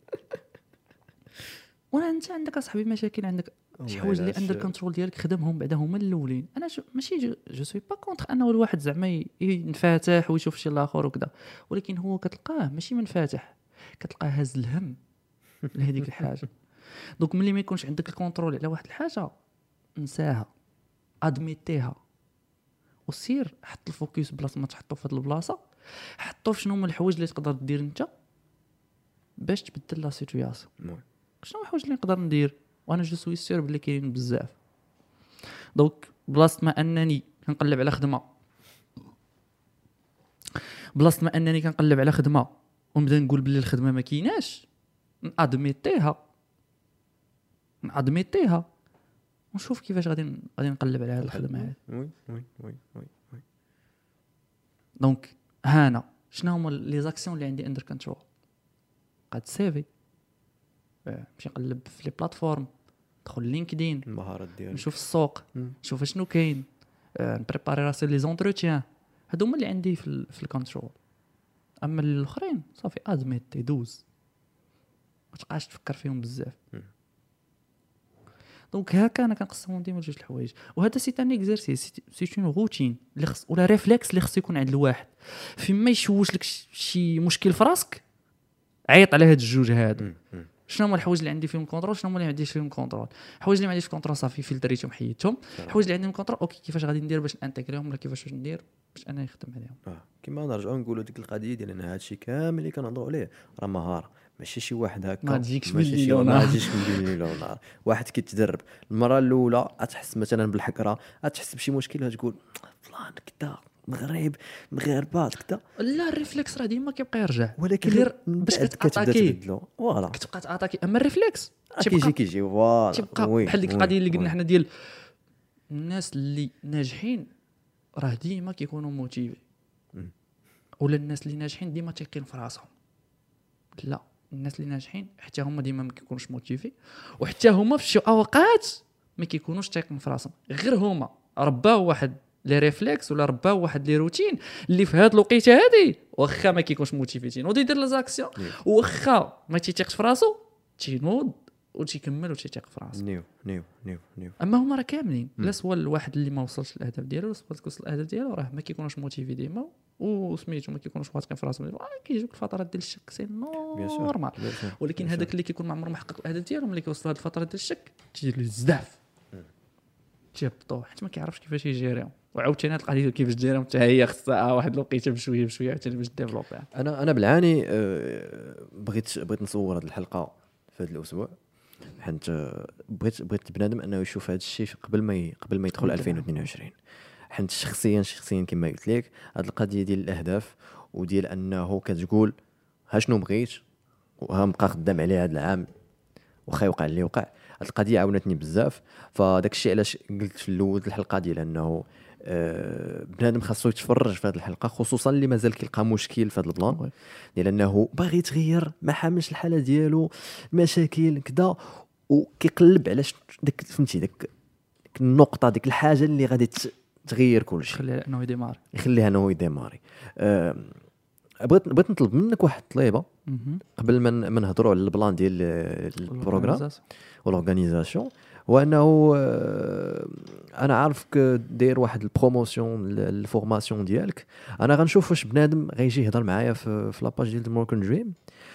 وانا انت عندك اصاحبي مشاكل، عندك شي حوايج اللي اندر كنترول ديالك خدمهم بعدا هما الاولين. انا جو ماشي جو, جو سوي با كونتر انه الواحد زعما ينفتح ويشوف شي الاخر وكذا، ولكن هو كتلقاه ماشي منفتح، كتلقاه هاز الهم لهذيك الحاجه. دونك ملي ما يكونش عندك الكونترول على واحد الحاجه انساها، ادميتيها وسير حط الفوكس بلاصه ما تحطو في هاد البلاصه، حطو في شنو هما الحوايج اللي تقدر دير انت باش تبدل لا سيتوياسيون. شنو الحوايج اللي نقدر ندير وانا جو سوي سير بلي كاين بزاف. دونك بلاصه ما انني كنقلب على خدمه بلاصه ما انني كنقلب على خدمه ونبدا نقول بلي الخدمه ما كايناش، نادميتيها نادميتيها ونشوف كيفاش غادي غادي نقلب على هذه الخدمه هذه. وي وي وي وي وي دونك هانا شنو هما لي زاكسيون اللي عندي اندر كنترول؟ قاد سيفي نمشي نقلب في لي بلاتفورم، ندخل لينكدين، المهارات ديالك نشوف السوق، نشوف شنو كاين، نبريباري راسي لي زونتروتيان. هادو هما اللي عندي في ال في الكونترول. اما الاخرين صافي ادميت يدوز، ما تبقاش تفكر فيهم بزاف. دونك هكا انا كنقسمهم ديما لجوج الحوايج. وهذا سي تان اكزرسيس، سي اون روتين اللي خص ولا ريفلكس اللي خص يكون عند الواحد. فيما يشوش لك شي مشكل في راسك عيط على هاد الجوج هادو. شنو هما الحوايج اللي عندي فيهم كونترول، شنو هما اللي ما عنديش فيهم كونترول. الحوايج اللي ما عنديش كونترول صافي فلتريتهم حيدتهم. الحوايج اللي عندهم كونترول اوكي كيفاش غادي ندير باش انتغريهم ولا كيفاش باش ندير باش انا نخدم عليهم. اه كيما نرجعوا نقولوا ديك القضيه ديال ان هادشي كامل اللي كنهضروا عليه راه مهاره، ماشي شي واحد هكا ما تجيكش ماشي من شي الليل ما ونهار. تجيش من الليل ونهار. واحد كيتدرب المره الاولى غتحس مثلا بالحكره، غتحس بشي مشكل غتقول فلان كدا مغرب مغاربه كدا، لا الريفلكس راه ديما كيبقى يرجع، ولكن غير من باش بعد كتبدا كتاتاكي تبدلو فوالا كتبقى تعاطاكي. اما الريفلكس كيجي كيجي فوالا تبقى بحال ديك القضيه اللي قلنا حنا ديال الناس اللي ناجحين راه ديما كيكونوا موتيفي، ولا الناس اللي ناجحين ديما تيقين في راسهم. لا الناس اللي ناجحين حتى هما ديما ما كيكونوش موتيفي، وحتى هما في شي اوقات ما كيكونوش تايقين في راسهم، غير هما رباو واحد لي ريفلكس ولا رباو واحد لي روتين اللي في هاد الوقيته هادي واخا ما كيكونش موتيفيتين ودير لا زاكسيون، واخا ما تيتيقش في راسو تينوض وتيكمل وتيتيق في راسو. نيو نيو نيو نيو اما هما راه كاملين لا سوا الواحد اللي ما وصلش للاهداف ديالو ولا سوا توصل للاهداف ديالو راه ما كيكونوش موتيفي ديما وسميتو ما كيكونوش واثقين في راسهم، راه كيجيوك الفترات ديال الشك سي نورمال. ولكن هذاك اللي كيكون ما عمره ما حقق الاهداف ديالهم اللي كيوصل لهاد الفتره ديال الشك تجي له الزداف تيهبطوا حيت ما كيعرفش كيفاش يجيريهم. وعاوتاني هاد القضيه كيفاش ديرهم حتى هي خصها واحد الوقيته بشويه بشويه حتى باش ديفلوبيها. انا انا بالعاني أه بغيت بغيت نصور هذه الحلقه في هذا الاسبوع، حيت بغيت بغيت بنادم انه يشوف هذا الشيء قبل ما ي... قبل ما يدخل ألفين واثنين وعشرين. حيت شخصيا شخصيا كما قلت لك هذه القضيه ديال الاهداف وديال انه كتقول ها شنو بغيت وها نبقى خدام عليه هذا العام واخا يوقع اللي وقع. هذه القضيه عاونتني بزاف. فداك الشيء علاش قلت في الاول الحلقه ديال انه أه بنادم خاصو يتفرج في هذه الحلقه، خصوصا اللي مازال كيلقى مشكل في هذا البلان ديال انه باغي يتغير ما حاملش الحاله ديالو مشاكل كذا وكيقلب على داك فهمتي داك النقطه ديك الحاجه اللي غادي تغير كل شيء، يخليها انه يديماري يخليها انه يديماري. أه بغيت بغيت نطلب منك واحد الطليبه قبل ما ما نهضروا على البلان ديال البروغرام والاورغانيزاسيون، وانه انا عارفك داير واحد البروموسيون للفورماسيون ديالك. انا غنشوف واش بنادم غيجي يهضر معايا في في لاباج ديال موركن دريم،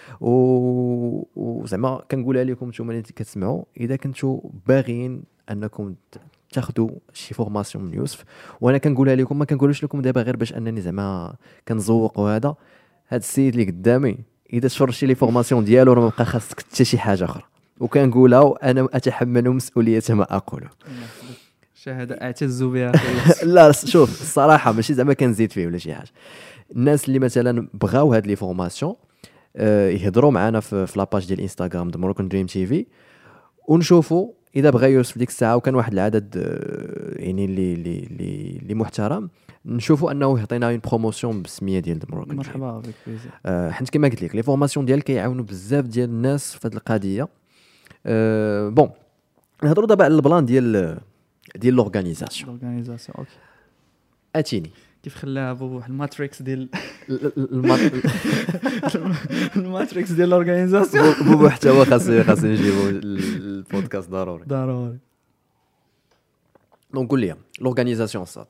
وزعما كنقولها لكم نتوما اللي كتسمعوا اذا كنتوا باغيين انكم تاخذوا شي فورماسيون من يوسف، وانا كنقولها لكم ما كنقولوش لكم دابا غير باش انني زعما كنزوق. وهذا هذا السيد اللي قدامي اذا تفرجتي لي فورماسيون ديالو راه ما بقى خاصك حتى شي حاجه اخرى، وكنقولها وانا اتحمل مسؤوليه ما اقوله. شهاده اعتز بها. لا شوف الصراحه ماشي زعما كنزيد فيه ولا شي حاجه. الناس اللي مثلا بغاو هاد لي فورماسيون آه يهضروا معنا في, في لاباج ديال انستغرام د موركن دريم تي في، ونشوفوا اذا بغى يوصل ديك الساعه وكان واحد العدد آه يعني اللي اللي اللي محترم نشوفوا انه يعطينا اون بروموسيون بالسميه ديال موركن. مرحبا بك بيزي. آه حيت كما قلت لك لي فورماسيون ديالك كيعاونوا بزاف ديال الناس في هذه القضيه. أه بون نهضروا دابا على البلان ديال ديال لورغانيزاسيون. لورغانيزاسيون اوكي اتيني كيف خلاها بواحد الماتريكس ديال الماتريكس ديال لورغانيزاسيون. بو حتى هو خاص خاص نجيبو البودكاست ضروري ضروري. دونك قول لي لورغانيزاسيون صات.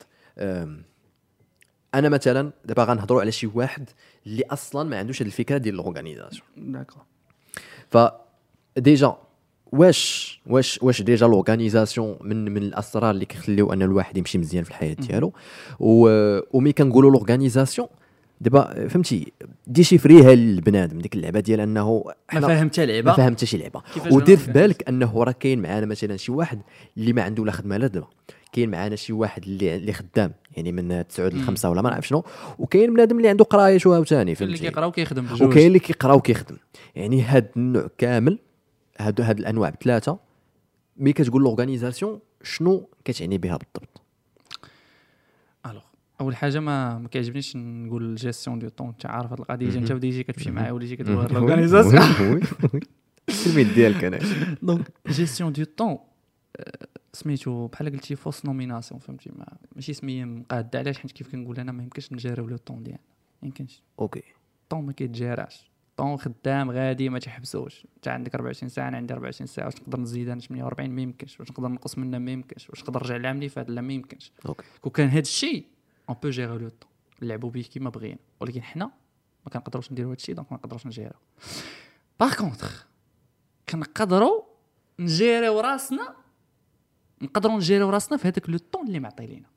انا مثلا دابا غنهضروا على شي واحد اللي اصلا ما عندوش هذه الفكره ديال لورغانيزاسيون. داكور. ف ديجا واش واش واش ديجا لورغانيزاسيون من من الاسرار اللي كيخليو ان الواحد يمشي مزيان في الحياه ديالو. ومي كنقولوا لورغانيزاسيون دابا فهمتي دي شيفريها للبنادم ديك اللعبه ديال انه ما فاهم حتى لعبه ما فاهم حتى شي لعبه. ودير في بالك انه راه كاين معانا مثلا شي واحد اللي ما عنده لا خدمه لا دابا، كاين معانا شي واحد اللي اللي خدام يعني من تسعة ل خمسة ولا ما نعرف شنو، وكاين بنادم اللي عنده قرايه شو عاوتاني فهمتي اللي كيقرا وكيخدم بجوج، وكاين اللي كيقرا وكيخدم. يعني هاد النوع كامل هادو هاد الانواع بثلاثه. مي كتقول لورغانيزاسيون شنو كتعني بها بالضبط؟ الوغ اول حاجه ما ما كيعجبنيش نقول جيستيون دو طون. انت عارف هاد القضيه انت وديجي كتمشي معايا وليتي كتقول لورغانيزاسيون. التلميذ ديالك انا. دونك جيستيون دو طون سميتو بحال قلتي فوس نوميناسيون فهمتي ما ماشي سميه مقاده. علاش؟ حيت كيف كنقول انا ما يمكنش نجاريو لو طون ديالنا ما يمكنش. اوكي طون ما كيتجاراش. طون خدام غادي ما تحبسوش. انت عندك أربعة وعشرين ساعه انا عندي أربعة وعشرين ساعه. واش نقدر نزيد انا ثمانية وأربعين؟ ما يمكنش. واش نقدر نقص منها؟ ما يمكنش. واش نقدر نرجع لعام اللي فات؟ لا ما يمكنش. اوكي كون كان هذا الشيء اون بو جيري لو طون نلعبوا به كيما بغينا. ولكن حنا ما كنقدروش نديروا هذا الشيء دونك ما نقدروش نجيرو. باغ كونطخ كنقدروا نجيريو راسنا نقدروا نجيريو راسنا في هذاك لو طون اللي معطي لينا.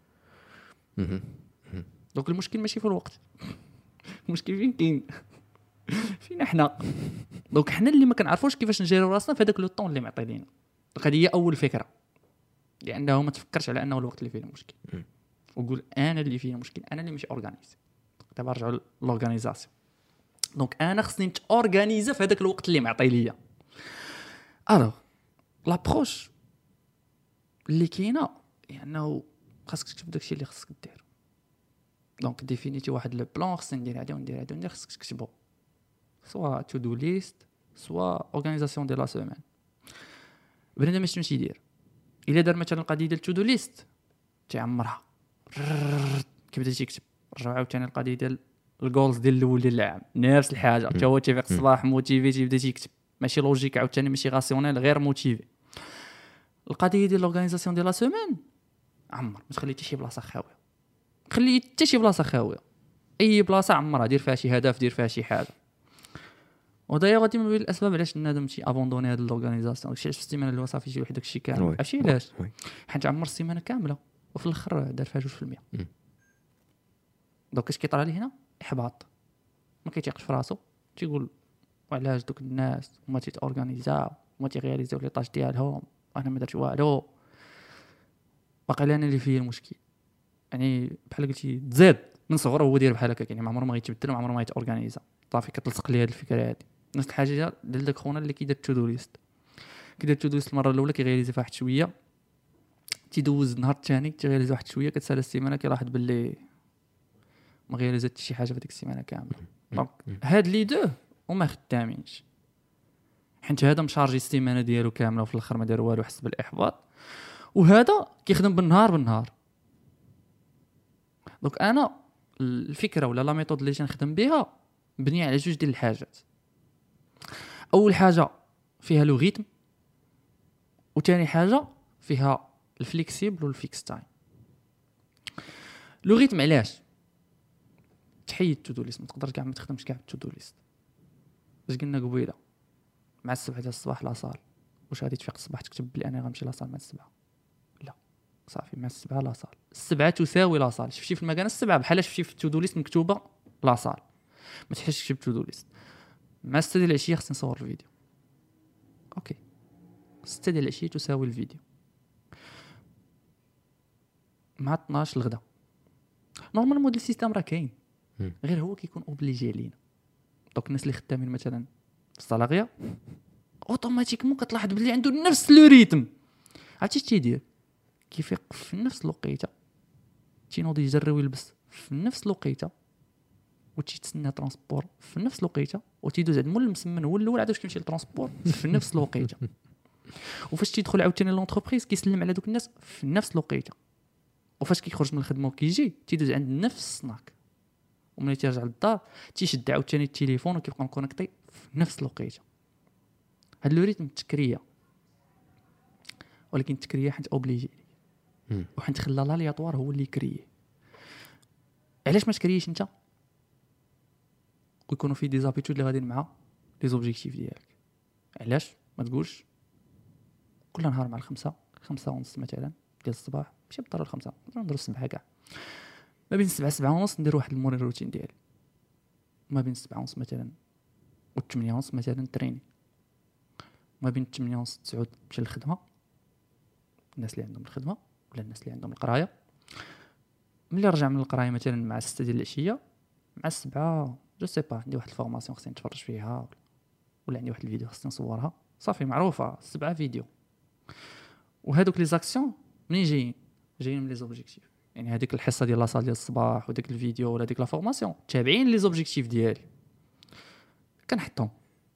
دونك المشكل ماشي في الوقت. المشكل فين كاين؟ فينا حنا. دونك حنا اللي ما كنعرفوش كيفاش نجيريو راسنا في هذاك لو طون اللي معطي لينا. دونك هذه هي اول فكره، لانه ما تفكرش على انه الوقت اللي فيه المشكل وقول انا اللي فيه المشكل، انا اللي ماشي اورغانيزي. دابا نرجعوا للورغانيزاسيون. دونك انا خصني نتورغانيزا في هذاك الوقت اللي معطي ليا. الوغ لابروش اللي كاينه هي انه خاصك تكتب داكشي اللي خاصك دير. دونك ديفينيتي واحد لو بلان، خصني ندير هذا وندير هذا وندير، خاصك تكتبو سوا تو دو ليست سوا اورغانيزاسيون ديال لا سيمين. بنادم اش تمشي يدير؟ الا دار مثلا القضيه ديال تو دو ليست تعمرها كيبدا تيكتب. رجعوا عاوتاني القضيه ديال الجولز ديال الاول ديال العام نفس الحاجه. حتى هو تيفيق الصباح موتيفي تيبدا تيكتب. ماشي لوجيك عاوتاني، ماشي راسيونيل، غير موتيفي. القضيه ديال الاورغانيزاسيون ديال لا سيمين عمر ما تخلي حتى شي بلاصه خاويه. خلي حتى شي بلاصه خاويه. اي بلاصه عمرها دير فيها شي هدف، دير فيها شي حاجه. ودايا غادي من بين الاسباب علاش النادم تي ابوندوني هاد الاورغانيزاسيون. داكشي علاش في السيمانه اللي صافي شي واحد داكشي كامل. عرفتي علاش؟ حيت عمر السيمانه كامله وفي الاخر دار فيها جوج في المية. دونك اش كيطرى لي هنا؟ احباط. ما كيتيقش في راسو، تيقول وعلاش دوك الناس وما تيتورغانيزاو وما تيغياليزيو لي طاج ديالهم وانا ما درت والو. باقي انا اللي فيه المشكل. يعني بحال قلتي تزيد من صغره هو داير بحال هكا، يعني ما عمره ما غيتبدل وما عمره ما يتورغانيزا. صافي كتلصق لي هاد الفكره هادي. نفس الحاجه ديال داك خونا اللي كيدير تو دو ليست. كيدير تو دو ليست المره الاولى كيغياليزي فيها واحد شويه، تيدوز النهار الثاني تيغياليزي واحد شويه، كتسالى السيمانه كيلاحظ باللي ما غياليزات شي حاجه في ديك السيمانه كامله. دونك هاد لي دو وما خدامينش، حيت هذا مشارجي السيمانه ديالو كامله وفي الاخر ما دار والو، حس بالاحباط. وهذا كيخدم بالنهار بالنهار. دونك انا الفكره ولا لا ميثود اللي تنخدم بها مبنيه على جوج ديال الحاجات. اول حاجه فيها لو ريتم، وثاني حاجه فيها الفليكسيبل والفيكس تايم. لو ريتم علاش؟ تحيد تو دو ليست، ما تقدرش كاع ما تخدمش كاع تو دو ليست. واش قلنا قبيله مع السبعة ديال الصباح لاصال؟ واش غادي تفيق الصباح تكتب بلي انا غنمشي لاصال مع السبعة؟ لا، صافي مع السبعة لاصال. السبعة تساوي لاصال. شفتي في المكان السبعة بحال شفتي في تو دو ليست مكتوبه لاصال، ما تحتاجش تكتب تو دو ليست. مع ستة ديال العشيه خصني نصور الفيديو. اوكي، ستة ديال العشيه تساوي الفيديو. مع اثناش الغدا. نورمال موديل سيستم راه كاين، غير هو كيكون اوبليجي علينا. دونك الناس اللي خدامين مثلا في الصلاغيه اوتوماتيكمون كتلاحظ بلي عنده نفس لو ريتم. عرفتي اش تيدير؟ كيفيق في نفس الوقيته، تينوض يجري ويلبس في نفس الوقيته، وتيتسنى ترونسبور في نفس الوقيته، وتيدوز عند مول المسمن هو الاول عاد واش كيمشي للترونسبور في نفس الوقيته. وفاش تيدخل عاوتاني لونتربريز كيسلم على دوك الناس في نفس الوقيته. وفاش كيخرج من الخدمه وكيجي تيدوز عند نفس السناك، وملي تيرجع للدار تيشد عاوتاني التليفون وكيبقى مكونيكتي في نفس الوقيته. هاد لو ريتم التكريه، ولكن التكريه حيت اوبليجي وحيت خلى لالياطوار هو اللي يكريه. علاش ما تكريش انت ويكونوا في دي زابيتود اللي غاديين مع لي زوبجيكتيف ديالك؟ علاش ما تقولش كل نهار مع الخمسة خمسة ونص مثلا ديال الصباح، ماشي بالضروره الخمسة، نديرو السبعة كاع، ما بين السبعة سبعة ونص ندير واحد المورين روتين ديالي، ما بين السبعة ونص مثلا والثمانية ونص مثلا تريني، ما بين الثمانية ونص تسعود نمشي للخدمه، الناس اللي عندهم الخدمه ولا الناس اللي عندهم القرايه. ملي رجع من القرايه مثلا مع ستة ديال العشيه، مع السبعة جو سي با عندي واحد الفورماسيون خصني نتفرج فيها، ولا عندي واحد الفيديو خصني نصورها، صافي معروفه السبعة فيديو. وهذوك لي زاكسيون منين جايين؟ جايين من لي زوبجيكتيف، يعني هذيك الحصه ديال لاصال ديال الصباح وداك الفيديو ولا ديك لا فورماسيون تابعين لي زوبجيكتيف ديالي كنحطهم.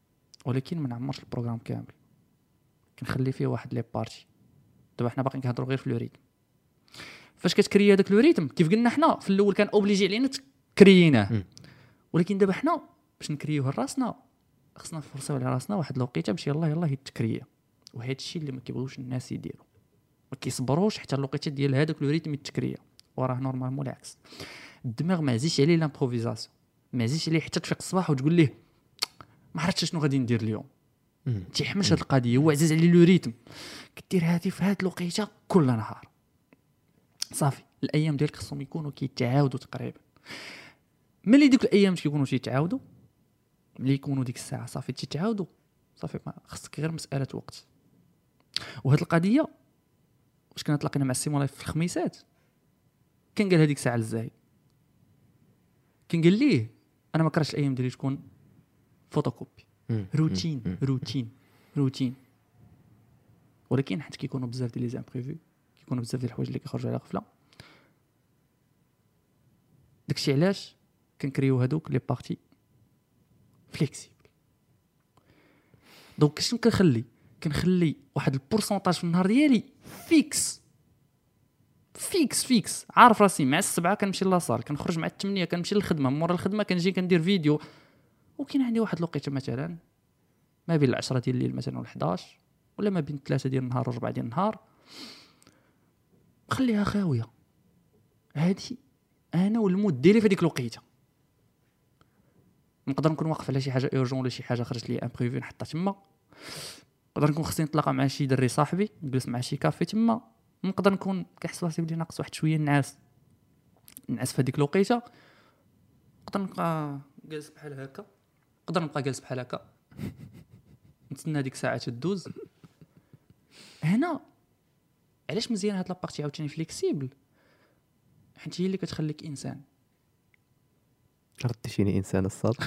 ولكن ما نعمرش البروغرام كامل، كنخلي فيه واحد لي بارتي. دابا حنا باقي كنهضروا غير في لو ريتم. فاش كتكري هذاك لو ريتم كيف قلنا حنا في الاول كان اوبليجي علينا تكرييناه، ولكن دابا حنا باش نكريوه لراسنا خصنا نفرصوا على راسنا واحد الوقيته باش يلاه يلاه يتكريا. وهذا الشيء اللي ما كيبغيوش الناس يديروا، ما كيصبروش حتى الوقيته ديال هذاك لو ريتم يتكريا. وراه نورمالمون العكس، الدماغ ما عزيش عليه لامبروفيزاسيون، ما عزيش عليه حتى تفيق الصباح وتقول ليه ما عرفتش شنو غادي ندير اليوم. تيحملش هذه القضيه، هو عزيز عليه لو ريتم. كدير هذه في هذه الوقيته كل نهار صافي. الايام ديالك خصهم يكونوا كيتعاودوا تقريبا. ملي ديك الايام كيكونوا تيتعاودوا، ملي يكونوا ديك الساعه صافي تيتعاودوا صافي، ما خصك غير مساله وقت. وهذه القضيه واش كنا تلاقينا مع السيمولاي في الخميسات، كان قال هذيك الساعه للزايد، كان قال ليه انا ما كرهتش الايام ديالي تكون فوتوكوبي، روتين روتين روتين. ولكن حيت كيكونوا بزاف ديال لي زامبريفو، كيكونوا بزاف ديال الحوايج اللي كيخرجوا على غفله، داكشي علاش كنكريو هذوك لي بارتي فليكسيبل. دونك شنو كنخلي كنخلي واحد البورسونتاج في النهار ديالي فيكس فيكس فيكس عارف راسي مع السبعة كنمشي لاصال، كنخرج مع الثمانية كنمشي للخدمه، مورا الخدمه كنجي كندير فيديو. وكاين عندي واحد الوقيته مثلا ما بين العشرة ديال الليل مثلا والحداش، ولا ما بين ثلاثة ديال النهار وربعة ديال النهار، خليها خاويه. هادي انا والمود ديالي في هذيك الوقيته. نقدر نكون واقف على شي حاجه اورجون ولا شي حاجه خرجت لي امبريفي نحطها تما، نقدر نكون خصني نتلاقى مع شي دري صاحبي نجلس مع شي كافي تما، نقدر نكون كنحس راسي بلي ناقص واحد شويه نعاس نعس في هذيك الوقيته، نقدر نبقى جالس بحال هكا، نقدر نبقى جالس بحال هكا نتسنى ديك الساعه تدوز. هنا علاش مزيان هاد لابارتي عاوتاني فليكسيبل، حيت هي اللي كتخليك انسان. رديتيني انسان الصاد.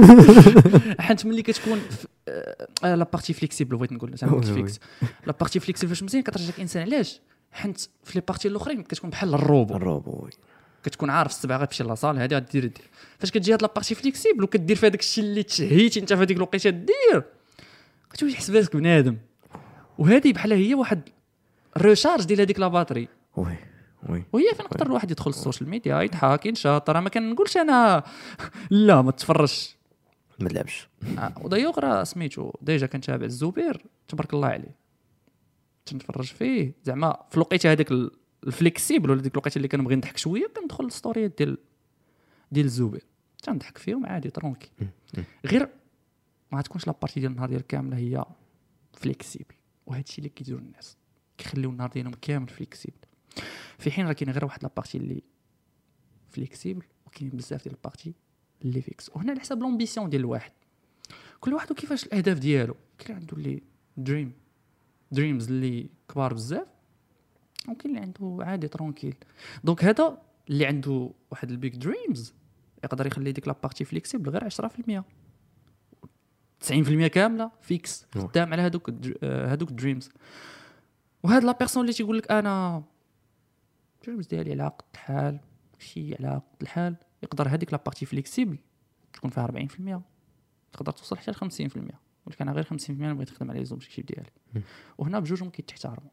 حيت ملي كتكون آه لا بارتي فليكسيبل بغيت نقول زعما قلت فيكس لا بارتي فليكسيبل فاش مزيان كترجعك انسان. علاش؟ حيت في لي بارتي الاخرين كتكون بحال الروبو الروبو كتكون عارف السبعه غتمشي لاصال هادي غدير دير. فاش كتجي هاد لا بارتي فليكسيبل وكدير في هذاك الشيء اللي تشهيتي انت في هذيك الوقيته دير، كتولي تحس براسك بنادم. وهذه بحال هي واحد الريشارج ديال هذيك لا باتري. وي وي وهي فين نقدر الواحد يدخل السوشيال ميديا يضحك ينشط. راه ما كنقولش انا لا ما تفرجش ما تلعبش. آه ودايوغ راه سميتو ديجا كنتابع الزبير تبارك الله عليه، تنتفرج فيه زعما في الوقيته هذاك الفليكسيبل ولا ديك الوقيته اللي كنبغي نضحك شويه كندخل الستوريات ديال ديال الزبير تنضحك فيهم عادي ترونكي. غير ما تكونش لابارتي ديال النهار ديال كامله هي فليكسيبل. وهذا الشيء اللي كيديروا الناس كيخليو النهار ديالهم كامل فليكسيبل، في حين راه كاين غير واحد لابارتي اللي فليكسيبل وكاين بزاف ديال البارتي اللي فيكس. وهنا على حساب لومبيسيون ديال الواحد، كل واحد وكيفاش الاهداف ديالو. كاين عنده اللي دريم دريمز اللي كبار بزاف، وكاين اللي عنده عادي ترونكيل. دونك هذا اللي عنده واحد البيك دريمز يقدر يخلي ديك لابارتي فليكسيبل غير عشرة في المية تسعين في المية كامله فيكس خدام على هذوك هذوك دريمز. وهاد لا بيرسون اللي تيقول لك انا دريمز ديالي على قد الحال شي على قد الحال، يقدر هذيك لابارتي فليكسيبل تكون فيها أربعين في المية، تقدر توصل حتى ل خمسين في المية. ولكن انا غير خمسين في المية بغيت نخدم على لي زوبجيكتيف ديالي. وهنا بجوجهم كيتحترموا،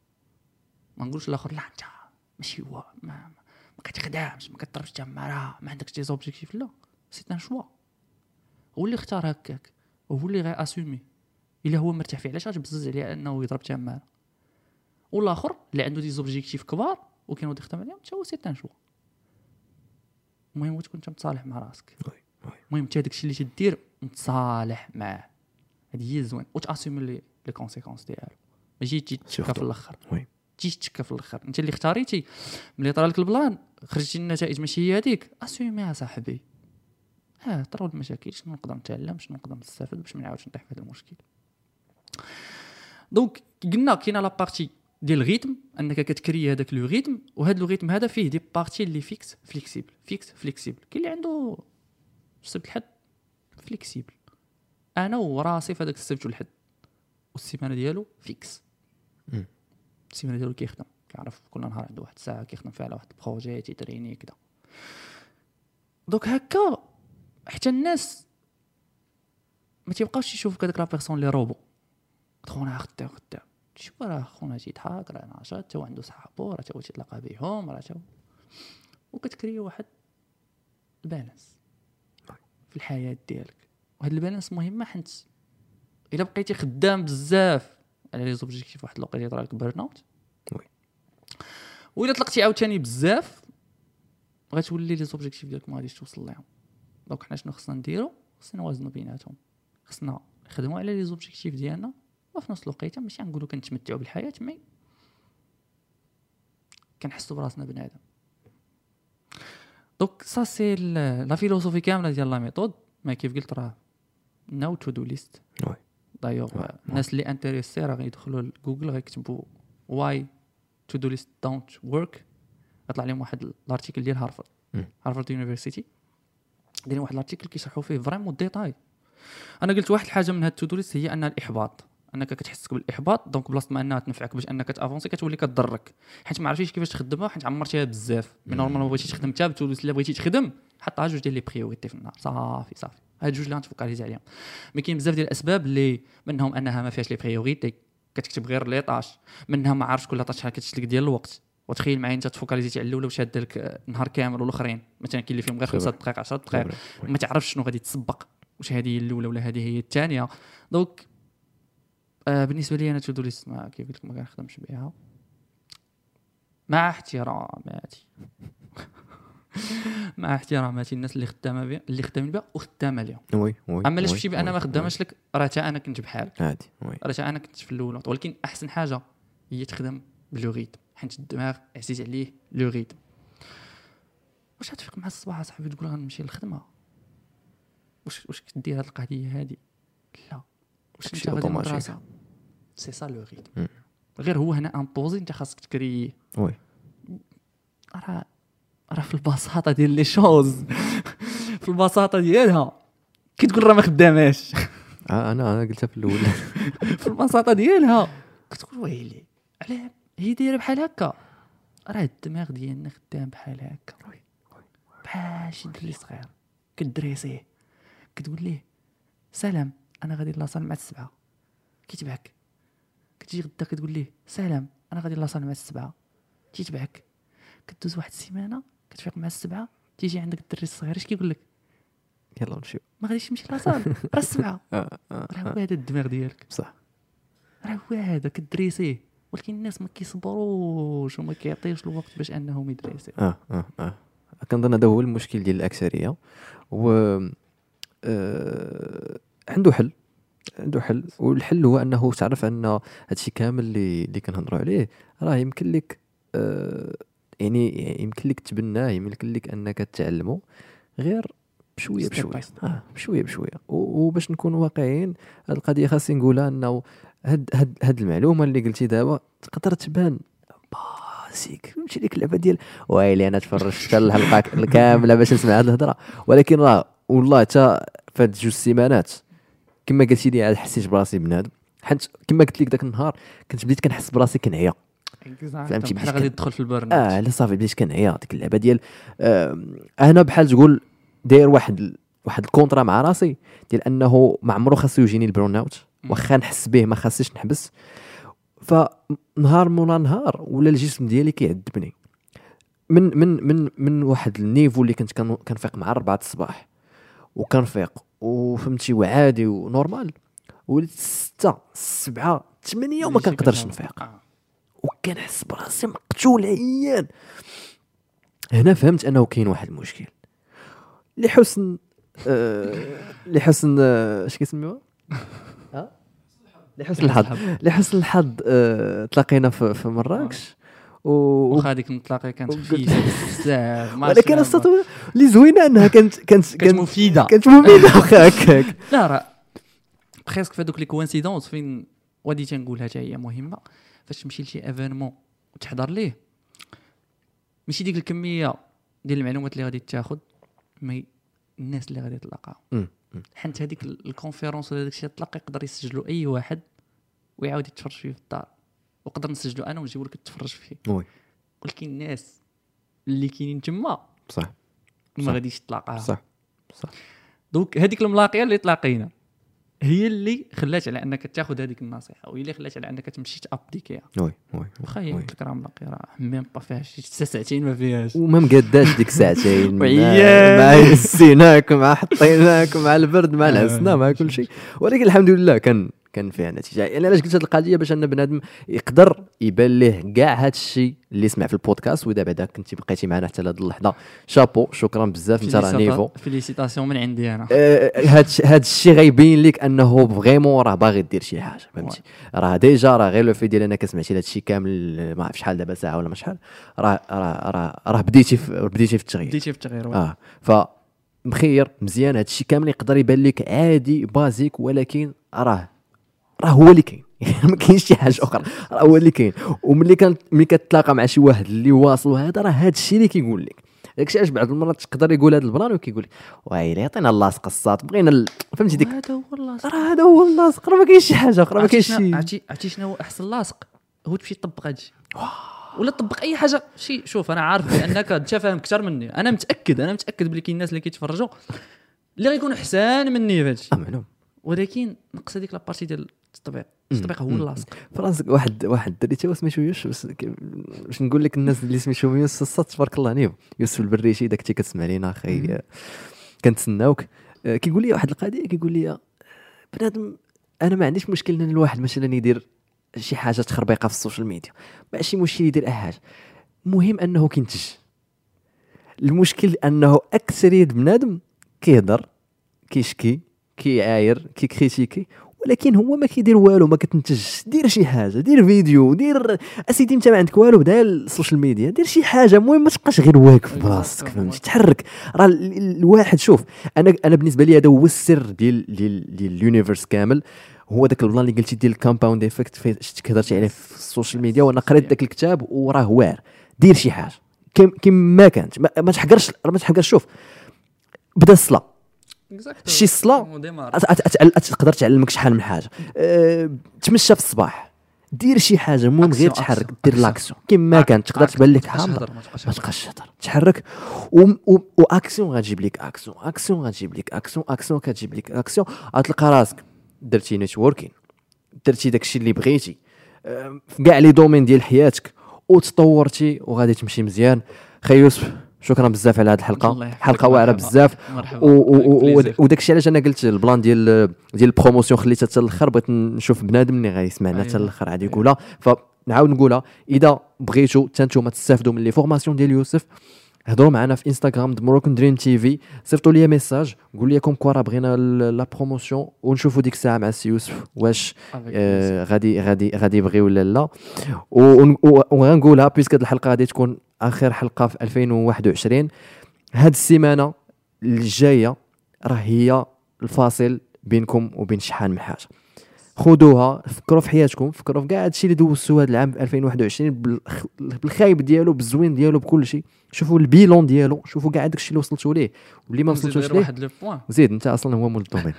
ما نقولش الاخر لا انت ماشي هو ما, ما كتخدمش ما كتضربش تماره ما عندكش دي زوبجيكتيف. لا سي ان شوا، هو اللي اختار هكاك وهو اللي غي اسومي. الا هو مرتاح فيه علاش غتبزز عليه انه يضرب تماره؟ والاخر اللي عنده دي زوبجيكتيف كبار وكاين يخدم عليهم حتى هو سي ان شوا. المهم تكون انت متصالح مع راسك. المهم حتى داكشي اللي تدير متصالح معاه، هذه هي زوين. وتاسومي لي لي كونسيكونس ديالو، ماشي تشكا في الاخر. وي تجي تشكا في الاخر. انت اللي اختاريتي ملي طرا لك البلان خرجتي النتائج ماشي هي هذيك، اسوميها صاحبي. ها طراو المشاكل شنو نقدر نتعلم شنو نقدر نستافد باش ما نعاودش نطيح في هذا المشكل. دونك قلنا كاينه لا بارتي ديال الريتم انك كتكري هذاك لو ريتم، وهذا لو ريتم هذا فيه دي بارتي اللي فيكس فليكسيبل فيكس فليكسيبل. كاين اللي عنده السبت الحد فليكسيبل، انا وراسي في هذاك السبت والحد والسيمانه ديالو فيكس. السيمانه ديالو كيخدم كيعرف كل نهار عنده واحد الساعه كيخدم فيها على واحد البروجي تيتريني كذا. دوك هكا حتى الناس ما تيبقاوش يشوفوك هذاك لا بيرسون لي روبو خونا خدام خدام شوف راه خونا تيضحك راه نشاط تا عنده صحابو راه تا هو تيتلاقى بهم راه تا وكتكري واحد البالانس في الحياه ديالك. وهاد البالانس مهمه حيت الا بقيتي خدام بزاف على لي زوبجيكتيف واحد الوقت يطرا لك بيرن اوت وي وإلا طلقتي عاوتاني بزاف غتولي لي زوبجيكتيف ديالك ما غاديش توصل ليهم. دونك حنا شنو خصنا نديرو؟ خصنا نوازنوا بيناتهم، خصنا نخدموا على لي زوبجيكتيف ديالنا وفي نفس الوقت ماشي نقولوا كنتمتعوا بالحياه مي كنحسوا براسنا بنادم. دونك سا سي لا فيلوسوفي كامله ديال لا ميثود. ما كيف قلت راه نو تو دو ليست. وي دايوغ الناس اللي انتريسي راه غيدخلوا لجوجل غيكتبوا واي تو دو ليست دونت ورك غيطلع لهم واحد الارتيكل ديال هارفارد هارفارد يونيفرسيتي دايرين واحد الارتيكل كيشرحوا فيه فريمون ديتاي. انا قلت واحد الحاجه من هاد تو دو ليست هي ان الاحباط انك كتحسك بالاحباط دونك بلاصه ما انها تنفعك باش انك تافونسي كتولي كتضرك حيت ما عرفتيش كيفاش تخدمها حيت عمرتيها بزاف. مي نورمال ما بغيتيش تخدم حتى بتو ليست. الا بغيتي تخدم حطها جوج ديال لي بريوريتي في النهار صافي صافي هاد جوج اللي غنتفوكاليزي عليهم. مي كاين بزاف ديال الاسباب اللي منهم انها ما فيهاش لي بريوريتي كتكتب غير لي طاش منها ما عارفش كل طاش شحال كتشلك ديال الوقت. وتخيل معايا انت تفوكاليزيتي على الاولى وشاد لك نهار كامل والاخرين مثلا كاين اللي فيهم غير خمسة دقائق عشرة دقائق ما تعرفش شنو غادي تسبق واش هذه هي الاولى ولا هذه هي الثانيه. دونك آه بالنسبه لي انا تو دو ليست ما كيف قلت لك ما كنخدمش بها مع احتراماتي مع احتراماتي الناس اللي خدامه بها اللي خدامين بها وخدامه ليهم. وي وي اما لاش فشي انا ما خداماش لك راه حتى انا كنت بحالك عادي. وي راه حتى انا كنت في الاول ولكن احسن حاجه هي تخدم بلو ريتم حيت الدماغ عزيز عليه لو ريتم. واش غتفيق مع الصباح اصاحبي تقول غنمشي للخدمه واش واش كدير هذه القضيه هذه لا واش انت غادي للمدرسه سي سا لو ريتم غير هو هنا امبوزي انت خاصك تكري. وي راه راه في البساطه ديال لي شوز في البساطه ديالها كتقول راه ما خداماش آه انا انا قلتها في الاول في البساطه ديالها كتقول ويلي علاه هي دايره بحال هكا راه الدماغ ديالنا خدام بحال هكا بحال شي دري صغير كدريسيه كتقول ليه سلام انا غادي لاصال مع السبعه كيتبعك. كتجي غدا كتقول ليه سلام انا غادي لاصال مع السبعه كيتبعك. كدوز واحد السيمانه كتفيق مع السبعه تيجي عندك الدري الصغير اش كيقول لك يلا نمشيو ما غاديش تمشي لاصال راه السبعه راه هو هذا الدماغ ديالك بصح راه هو هذا كدريسيه. ولكن الناس ما كيصبروش وما كيعطيوش الوقت باش انهم يدريسيو. اه اه اه كنظن هذا هو المشكل ديال الاكثريه و آه عنده حل عنده حل والحل هو انه تعرف ان هادشي كامل اللي اللي كنهضروا عليه راه يمكن لك آه يعني يمكن لك تبناه يمكن لك انك تعلمه غير بشويه بشويه اه بشويه بشويه وباش نكون واقعيين هاد القضيه خاصني نقولها انه هاد هاد هاد المعلومه اللي قلتي دابا تقدر تبان باسيك نمشي لك اللعبه ديال ويلي انا تفرجت حتى الحلقه الكامله باش نسمع هاد الهضره ولكن راه والله حتى فهاد جوج سيمانات كما قلتي لي عاد حسيت براسي بنادم حيت كما قلت لك داك النهار كنت بديت كنحس براسي كنعيا فهمتي بحال غادي تدخل في البرن اه لا صافي بديت كنعيا ديك اللعبه ديال آه انا بحال تقول داير واحد واحد الكونطرا مع راسي ديال انه ما عمرو خاصو يجيني البرون اوت واخا نحس به ما خاصنيش نحبس. فنهار مولا نهار ولا الجسم ديالي كيعذبني من من من من واحد النيفو اللي كنت كنفيق مع أربعة الصباح وكنفيق وفهمتي وعادي ونورمال وليت ستة سبعة ثمانية وما كنقدرش نفيق وكنحس براسي مقتول عيان. هنا فهمت انه كاين واحد المشكل لحسن آه لحسن اش آه كيسميوها ها لحسن الحظ لحسن الحظ آه تلاقينا في, في مراكش واخا ديك المطلقه كانت خفيفه بزاف ولكن الصوت اللي زوينه انها كانت كانت كانت مفيده كانت مفيده واخا هكاك. لا راه بريسك في هذوك لي كوينسيدونس فين غادي تنقولها حتى هي مهمه فاش تمشي لشي ايفينمون وتحضر ليه ماشي ديك الكميه ديال المعلومات اللي غادي تاخذ مي الناس اللي غادي تلاقاهم حيت هذيك الكونفيرونس ولا داكشي تلاقى يقدر يسجلوا اي واحد ويعاود يتفرج فيه في الدار وقدر نسجلوا انا ونجيبوا لك تتفرج فيه. وي ولكن الناس اللي كاينين تما صح ما غاديش تلاقاها صح صح. دونك هذيك الملاقيه اللي تلاقينا هي اللي خلات على انك تاخذ هذيك النصيحه، وهي اللي خلات على انك تمشي تابليكيها. وي وي واخا هي قلت لك راه ملاقي راه ميم با فيهاش شي ست ساعتين ما فيهاش، وما مقاداش ديك ساعتين وياه. مع السيناك مع حطيناك مع البرد مع العسنه مع كل شيء، ولكن الحمد لله كان كان فيها نتيجه. يعني علاش قلت هذه القضيه؟ باش ان بنادم يقدر يبان ليه كاع هذا الشيء اللي سمع في البودكاست. واذا بعدا كنتي بقيتي معنا حتى لهذه اللحظه، شابو، شكرا بزاف، انت راه نيفو. فيليسيتاسيون من عندي انا. هذا هذا الشيء غيبين لك انه فريمون راه باغي دير شي حاجه، فهمتي؟ راه ديجا راه غير لو في ديال انك سمعتي هذا الشيء كامل، ما عرف شحال دابا ساعه ولا ما شحال، راه راه راه راه بديتي في بديتي في التغيير بديتي في التغيير. اه ف مخير مزيان. هذا الشيء كامل يقدر يبان لك عادي بازيك، ولكن راه راه هو اللي كاين. ما كاينش شي حاجه اخرى، راه هو اللي كاين. وملي كان ملي كتلاقى مع شي واحد اللي واصل وهذا، راه هذا الشيء اللي كيقول لك. داكشي علاش بعض المرات تقدر يقول هذا البلان وكيقول لك ويلي عطينا اللاصق الصاط، بغينا ال... فهمتي ديك، هذا هو اللاصق، راه هذا هو اللاصق، راه ما كاينش شي حاجه اخرى، ما كاينش شي. عرفتي عرفتي شنو هو احسن لاصق؟ هو تمشي تطبق هادشي ولا تطبق اي حاجه. شي شوف انا عارف بانك انت فاهم اكثر مني، انا متاكد انا متاكد بلي كاين الناس اللي كيتفرجوا اللي غيكونوا احسن مني في هادشي، معلوم. ولكن نقص هذيك لابارتي ديال التطبيق. التطبيق هو اللاصق. فرنسا واحد واحد الدري تا سميتو يوسف، بس باش نقول لك الناس اللي سميتو يوسف تبارك الله نيف، يوسف البريشي داك تي كتسمع لينا اخي، كنتسناوك. كيقول لي واحد القضيه، كيقول لي بنادم انا ما عنديش مشكل ان الواحد مثلا يدير شي حاجه تخربيقه في السوشيال ميديا، ماشي مشكل يدير اي حاجه، المهم انه كينتج. المشكل انه اكثريه بنادم كيهضر كيشكي كيعاير كيكريتيكي، ولكن هو ما كيدير والو، ما كتنتجش. دير شي حاجه، دير فيديو، دير اسيدي انت ما عندك والو، بدا السوشيال ميديا، دير شي حاجه. المهم ما تبقاش غير واقف براسك، فهمتي؟ تحرك. راه الواحد شوف، انا انا بالنسبه لي هذا هو السر ديال ديال ديال اليونيفرس كامل، هو داك البلان اللي قلتي ديال الكومباوند ايفيكت، شفت هضرتي عليه في السوشيال ميديا، وانا قريت داك الكتاب وراه واعر. دير شي حاجه كما كانت، ما, ما تحقرش، ما تحقرش. شوف، بدا الصلاه، شي الصلاه تقدر تعلمك شحال من حاجه. أه، تمشى في الصباح، دير شي حاجه، المهم غير تحرك، دير لاكسيون كما كان. تقدر تبان لك حامض، ما تبقاش تهضر، تحرك. واكسيون غتجيب لك اكسيون، اكسيون غتجيب لك اكسيون، اكسيون كتجيب لك اكسيون. غتلقى راسك درتي نيتوركين، درتي داكشي اللي بغيتي في كاع لي دومين ديال حياتك، وتطورتي وغادي تمشي مزيان. خي يوسف، شكرا بزاف على هذه الحلقه، حلقه واعره بزاف. وداك الشيء علاش انا قلت البلان ديال ديال البروموسيون خليتها حتى الاخر، بغيت نشوف بنادم اللي غيسمعنا حتى الاخر غادي يقولها. فنعاود نقولها، اذا بغيتوا حتى نتوما تستافدوا من لي فورماسيون ديال يوسف، هضروا معنا في انستغرام مروكن دريم تي في، صيفطوا لي ميساج، قول لي كوم كوا راه بغينا لا بروموسيون، ونشوفوا ديك الساعه مع السي يوسف واش آه غادي غادي غادي يبغي ولا لا. وغنقولها بيسك هذه الحلقه غادي تكون اخر حلقه في ألفين وواحد وعشرين. هاد السيمانه الجايه راه هي الفاصل بينكم وبين شحال من حاجه. خذوها، فكروا في حياتكم، فكروا في كاع هادشي اللي دوزتوا هذا العام ألفين وواحد وعشرين، بالخايب ديالو بالزوين ديالو بكل شيء. شوفوا البيلون ديالو، شوفوا كاع داكشي اللي وصلتوا ليه واللي ما وصلتوش ليه. واحد لو بوين زيد انت اصلا هو مول الدومين.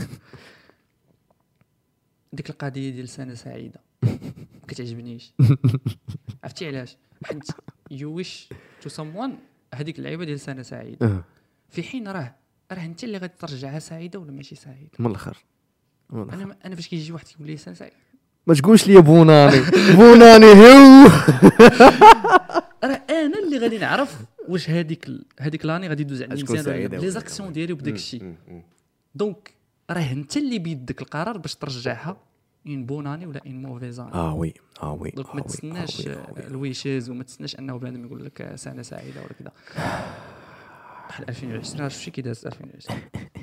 ديك القضيه ديال سنه سعيده ما كتعجبنيش. عرفتي علاش؟ حيت يو ويش تو سموان هذيك اللعيبه ديال سنه سعيده، في حين راه راه انت اللي غادي ترجعها سعيده ولا ماشي سعيده من الاخر. انا انا فاش كيجي واحد يقول لي سنه سعيده، ما تقولش لي بوناني بوناني هو. راه انا اللي غادي نعرف واش هذيك هذيك لاني غادي دوز عندي مزيان لي زاكسيون ديالي وداك الشيء. دونك راه انت اللي بيدك القرار باش ترجعها ان بوناني ولا ان موفيزاني. اه وي اه وي. دونك ما تستناش الويشيز وما تستناش انه بنادم يقول لك سنه سعيده ولا كذا. بحال ألفين وعشرين شفتي كي داز ألفين وعشرين،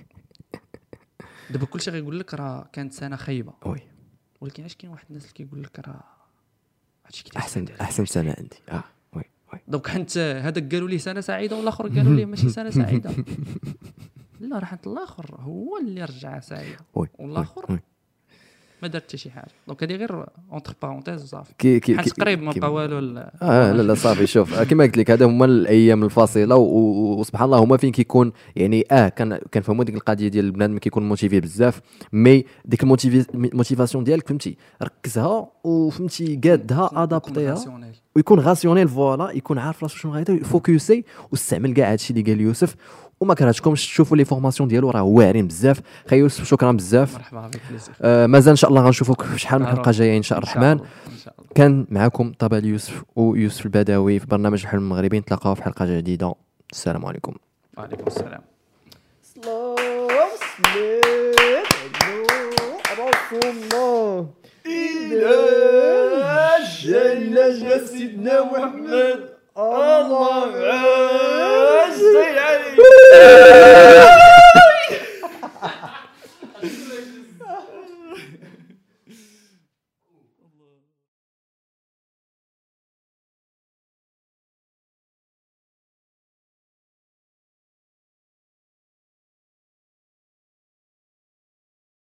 دابا كلشي غيقول لك راه كانت سنه خايبه، وي، ولكن اش كاين واحد الناس اللي كيقول لك راه هادشي كي احسن احسن سنه عندي. اه وي وي. دونك حنت هذاك قالوا ليه سنه سعيده والاخر قالوا ليه ماشي سنه سعيده. لا، راه حنت الاخر هو اللي رجعها سعيده والاخر ما دار حتى شي حاجه. دونك هذه غير اونتر بارونتيز وصافي. كي كي حيت قريب ما بقى والو. اه لا لا صافي. شوف كما قلت لك، هذا هما الايام الفاصله، وسبحان الله هما فين كيكون يعني اه كان كنفهموا ديك القضيه ديال البنادم كيكون موتيفي بزاف، مي ديك الموتيفاسيون ديالك فهمتي ركزها وفهمتي قادها ادابتيها ويكون غاسيونيل. فوالا، يكون عارف راسو شنو غايدير، فوكسي واستعمل كاع هادشي اللي قال يوسف، وما كرهتكمش تشوفوا لي فورماسيون ديالو راه واعرين بزاف. خي يوسف شكرا بزاف. مرحبا بك بليزير. آه مازال ان شاء الله غنشوفوك في شحال من حلقه جايه ان شاء الرحمن. كان معكم طبال يوسف ويوسف البدوي في برنامج الحلم المغربي. نتلاقاو في حلقه جديده. السلام عليكم. وعليكم السلام. سلام سلام الله إلى جل سيدنا محمد الله عز وجل.